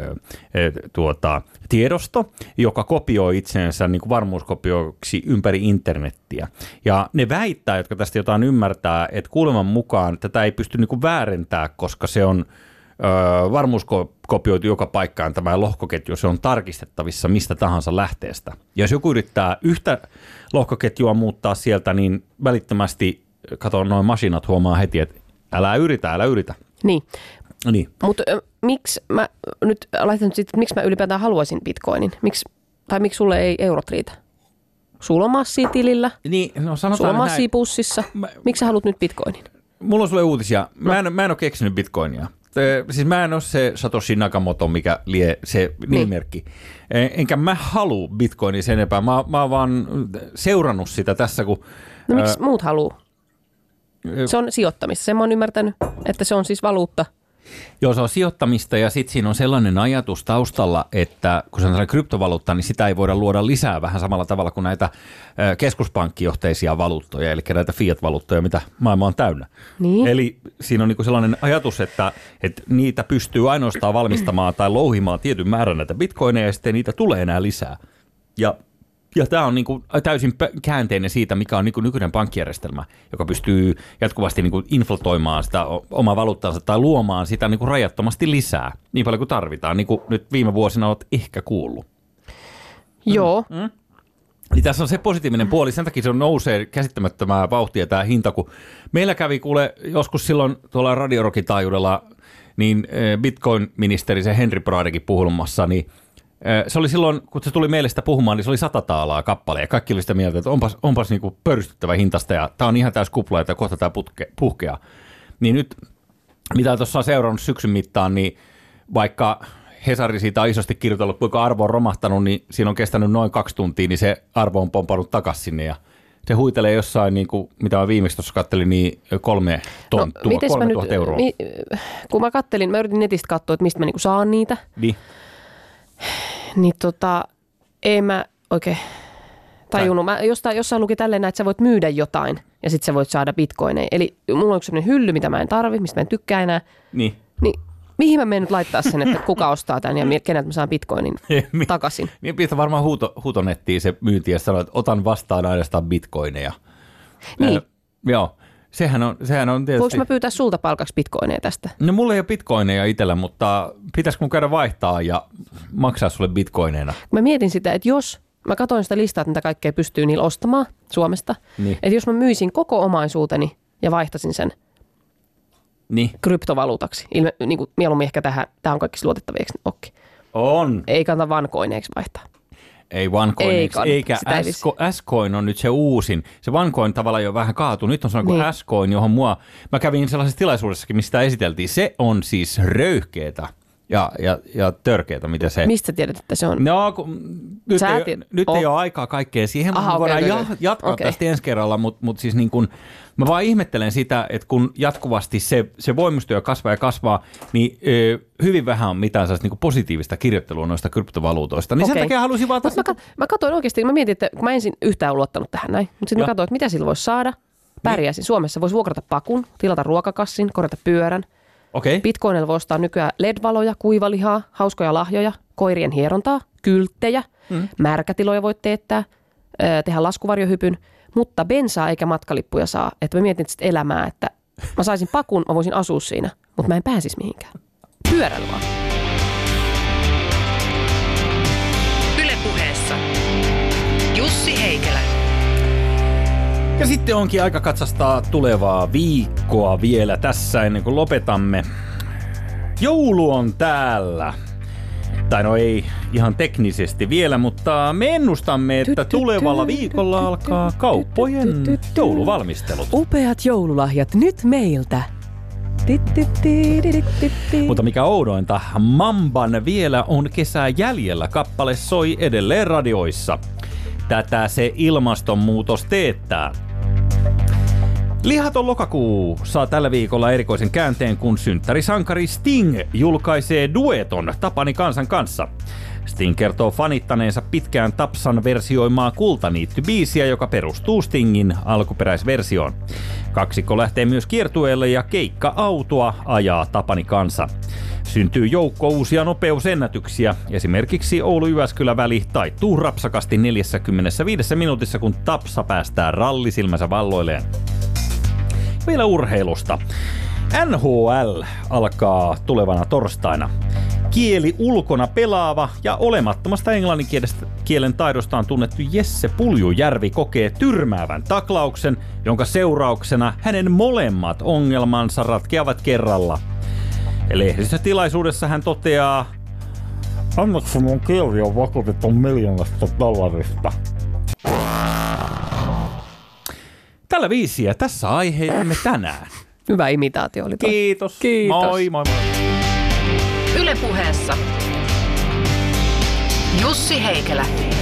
tiedosto, joka kopioi itseensä niin kuin varmuuskopioiksi ympäri internettiä. Ja ne väittää, jotka tästä jotain ymmärtää, että kuuleman mukaan tätä ei pysty niin kuin väärentää, koska se on varmuuskopioitu joka paikkaan tämä lohkoketju, se on tarkistettavissa mistä tahansa lähteestä. Ja jos joku yrittää yhtä lohkoketjua muuttaa sieltä, niin välittömästi, noin masinat huomaa heti, että älä yritä. Niin. Mutta miksi mä nyt laitan sitten, miksi mä ylipäätään haluaisin bitcoinin? Miksi sulle ei eurot riitä? Sulla on massia tilillä, niin, sulla on massia pussissa. Miksi sä haluat nyt bitcoinin? Mulla on sulle uutisia. Mä en ole keksinyt bitcoinia. Siis mä en ole se Satoshi Nakamoto, mikä lie se nimimerkki. Enkä mä halua bitcoinia sen enempää. Mä oon vaan seurannut sitä tässä, kun... No miksi muut haluu? Se on sijoittamista. Sen mä oon ymmärtänyt, että se on siis valuutta. Joo, se on sijoittamista ja sitten siinä on sellainen ajatus taustalla, että kun se on kryptovaluutta, niin sitä ei voida luoda lisää vähän samalla tavalla kuin näitä keskuspankkijohteisia valuuttoja, eli näitä fiat-valuuttoja, mitä maailma on täynnä. Niin. Eli siinä on niinku sellainen ajatus, että niitä pystyy ainoastaan valmistamaan tai louhimaan tietyn määrän näitä bitcoineja ja sitten niitä tulee enää lisää. Ja tämä on niinku täysin käänteinen siitä, mikä on niinku nykyinen pankkijärjestelmä, joka pystyy jatkuvasti niinku inflatoimaan sitä omaa valuuttansa tai luomaan sitä niinku rajattomasti lisää, niin paljon kuin tarvitaan, niin kuin nyt viime vuosina olet ehkä kuullut. Joo. Niin tässä on se positiivinen puoli, sen takia se nousee käsittämättömää vauhtia tämä hinta, kun meillä kävi kuule joskus silloin tuolla Radio Rockin taajuudella, niin Bitcoin-ministeri, se Henry Bradekin puhumassa, niin se oli silloin, kun se tuli meille sitä puhumaan, niin se oli 100 taalaa kappale ja kaikki oli sitä mieltä, että onpas niinku pöyristyttävä hintasta ja tämä on ihan täys kupla, että kohta tämä puhkeaa. Niin nyt, mitä tuossa on seurannut syksyn mittaan, niin vaikka Hesari siitä on isosti kirjoitellut, kuinka arvo on romahtanut, niin siinä on kestänyt noin 2 tuntia, niin se arvo on pompannut takaisin sinne ja se huitelee jossain, niin kuin, mitä mä viimeksi tuossa kattelin, niin 3 000 euroa. Kun mä kattelin, mä yritin netistä katsoa, että mistä mä niinku saan niitä. Niin en mä oikein tajunnut. Mä jossain luki tälleen, että sä voit myydä jotain ja sit sä voit saada bitcoineja. Eli mulla on yksi sellainen hylly, mitä mä en tarvi, mistä mä en tykkää enää. Niin mihin mä menen nyt laittaa sen, että kuka ostaa tämän ja keneltä mä saan bitcoinin takaisin? Niin pistää varmaan huutonettiin se myynti ja sanoo, että otan vastaan ainoastaan bitcoineja. Niin. Joo. Sehän on tietysti... Voinko mä pyytää sulta palkaksi bitcoineja tästä? No mulla ei ole bitcoineja itsellä, mutta pitäisikö mun käydä vaihtaa ja maksaa sulle bitcoineina? Mä mietin sitä, että jos mä katsoin sitä listaa, että mitä kaikkea pystyy niillä ostamaan Suomesta, niin. Että jos mä myisin koko omaisuuteni ja vaihtasin sen kryptovaluutaksi. Niin kuin mieluummin ehkä tämä on kaikki luotettavia, eikö okei? On. Ei kannata OneCoineiksi vaihtaa. Ei OneCoineiksi, eikä S-Coin on nyt se uusin. Se OneCoin tavallaan jo vähän kaatu. Nyt on sellainen kuin S-Coin, johon mä kävin sellaisessa tilaisuudessakin, mistä sitä esiteltiin. Se on siis röyhkeetä ja törkeätä, mitä se... Mistä tiedät, että se on? No, nyt ei ole aikaa kaikkea siihen. Voidaan jatkaa tästä ensi kerralla, mutta siis niin kuin... Mä vaan ihmettelen sitä, että kun jatkuvasti se voimistyö kasvaa ja kasvaa, niin hyvin vähän on mitään sellaista niin kuin positiivista kirjoittelua noista kryptovaluutoista. Niin sen takia halusin vaan... Mä katsoin oikeasti, mä mietin, että mä ensin yhtään luottanut tähän näin, mutta sitten mä katsoin, että mitä sillä voisi saada. Pärjäisin. Suomessa voisi vuokrata pakun, tilata ruokakassin, korjata pyörän. Okay. Bitcoinilla voi ostaa nykyään LED-valoja, kuivalihaa, hauskoja lahjoja, koirien hierontaa, kylttejä, märkätiloja voit teettää, tehdä laskuvarjohypyn. Mutta bensaa eikä matkalippuja saa. Että mä mietin sitä elämää, että mä saisin pakun, mä voisin asua siinä, mutta mä en pääsisi mihinkään. Pyörällä vaan. Yle Puheessa Jussi Heikelä. Ja sitten onkin aika katsastaa tulevaa viikkoa vielä tässä ennen kuin lopetamme. Joulu on täällä. Tai no ei ihan teknisesti vielä, mutta me ennustamme, että tulevalla viikolla alkaa kauppojen jouluvalmistelut. Upeat joululahjat nyt meiltä. Mutta mikä oudointa, Mamban Vielä on kesää jäljellä kappale soi edelleen radioissa. Tätä se ilmastonmuutos teettää. Lihaton lokakuu saa tällä viikolla erikoisen käänteen, kun synttärisankari Sting julkaisee dueton Tapani Kansan kanssa. Sting kertoo fanittaneensa pitkään Tapsan versioimaa Kultaniitty-biisiä, joka perustuu Stingin alkuperäisversioon. Kaksikko lähtee myös kiertueelle ja keikka-autoa ajaa Tapani Kansa. Syntyy joukko uusia nopeusennätyksiä. Esimerkiksi Oulu-Jyväskylä-väli taittuu rapsakasti 45 minuutissa, kun Tapsa päästää rallisilmänsä valloilleen. Vielä urheilusta. NHL alkaa tulevana torstaina. Kieli ulkona pelaava ja olemattomasta englanninkielen taidostaan tunnettu Jesse Puljujärvi kokee tyrmäävän taklauksen, jonka seurauksena hänen molemmat ongelmansa ratkeavat kerralla. Lehdistötilaisuudessa hän toteaa: "Onneksi mun kieli on vakuutettu $1,000,000. Tällä viisiä tässä aiheemme tänään. Hyvä imitaatio oli toi. Kiitos. Moi moi moi. Yle Puheessa Jussi Heikelä.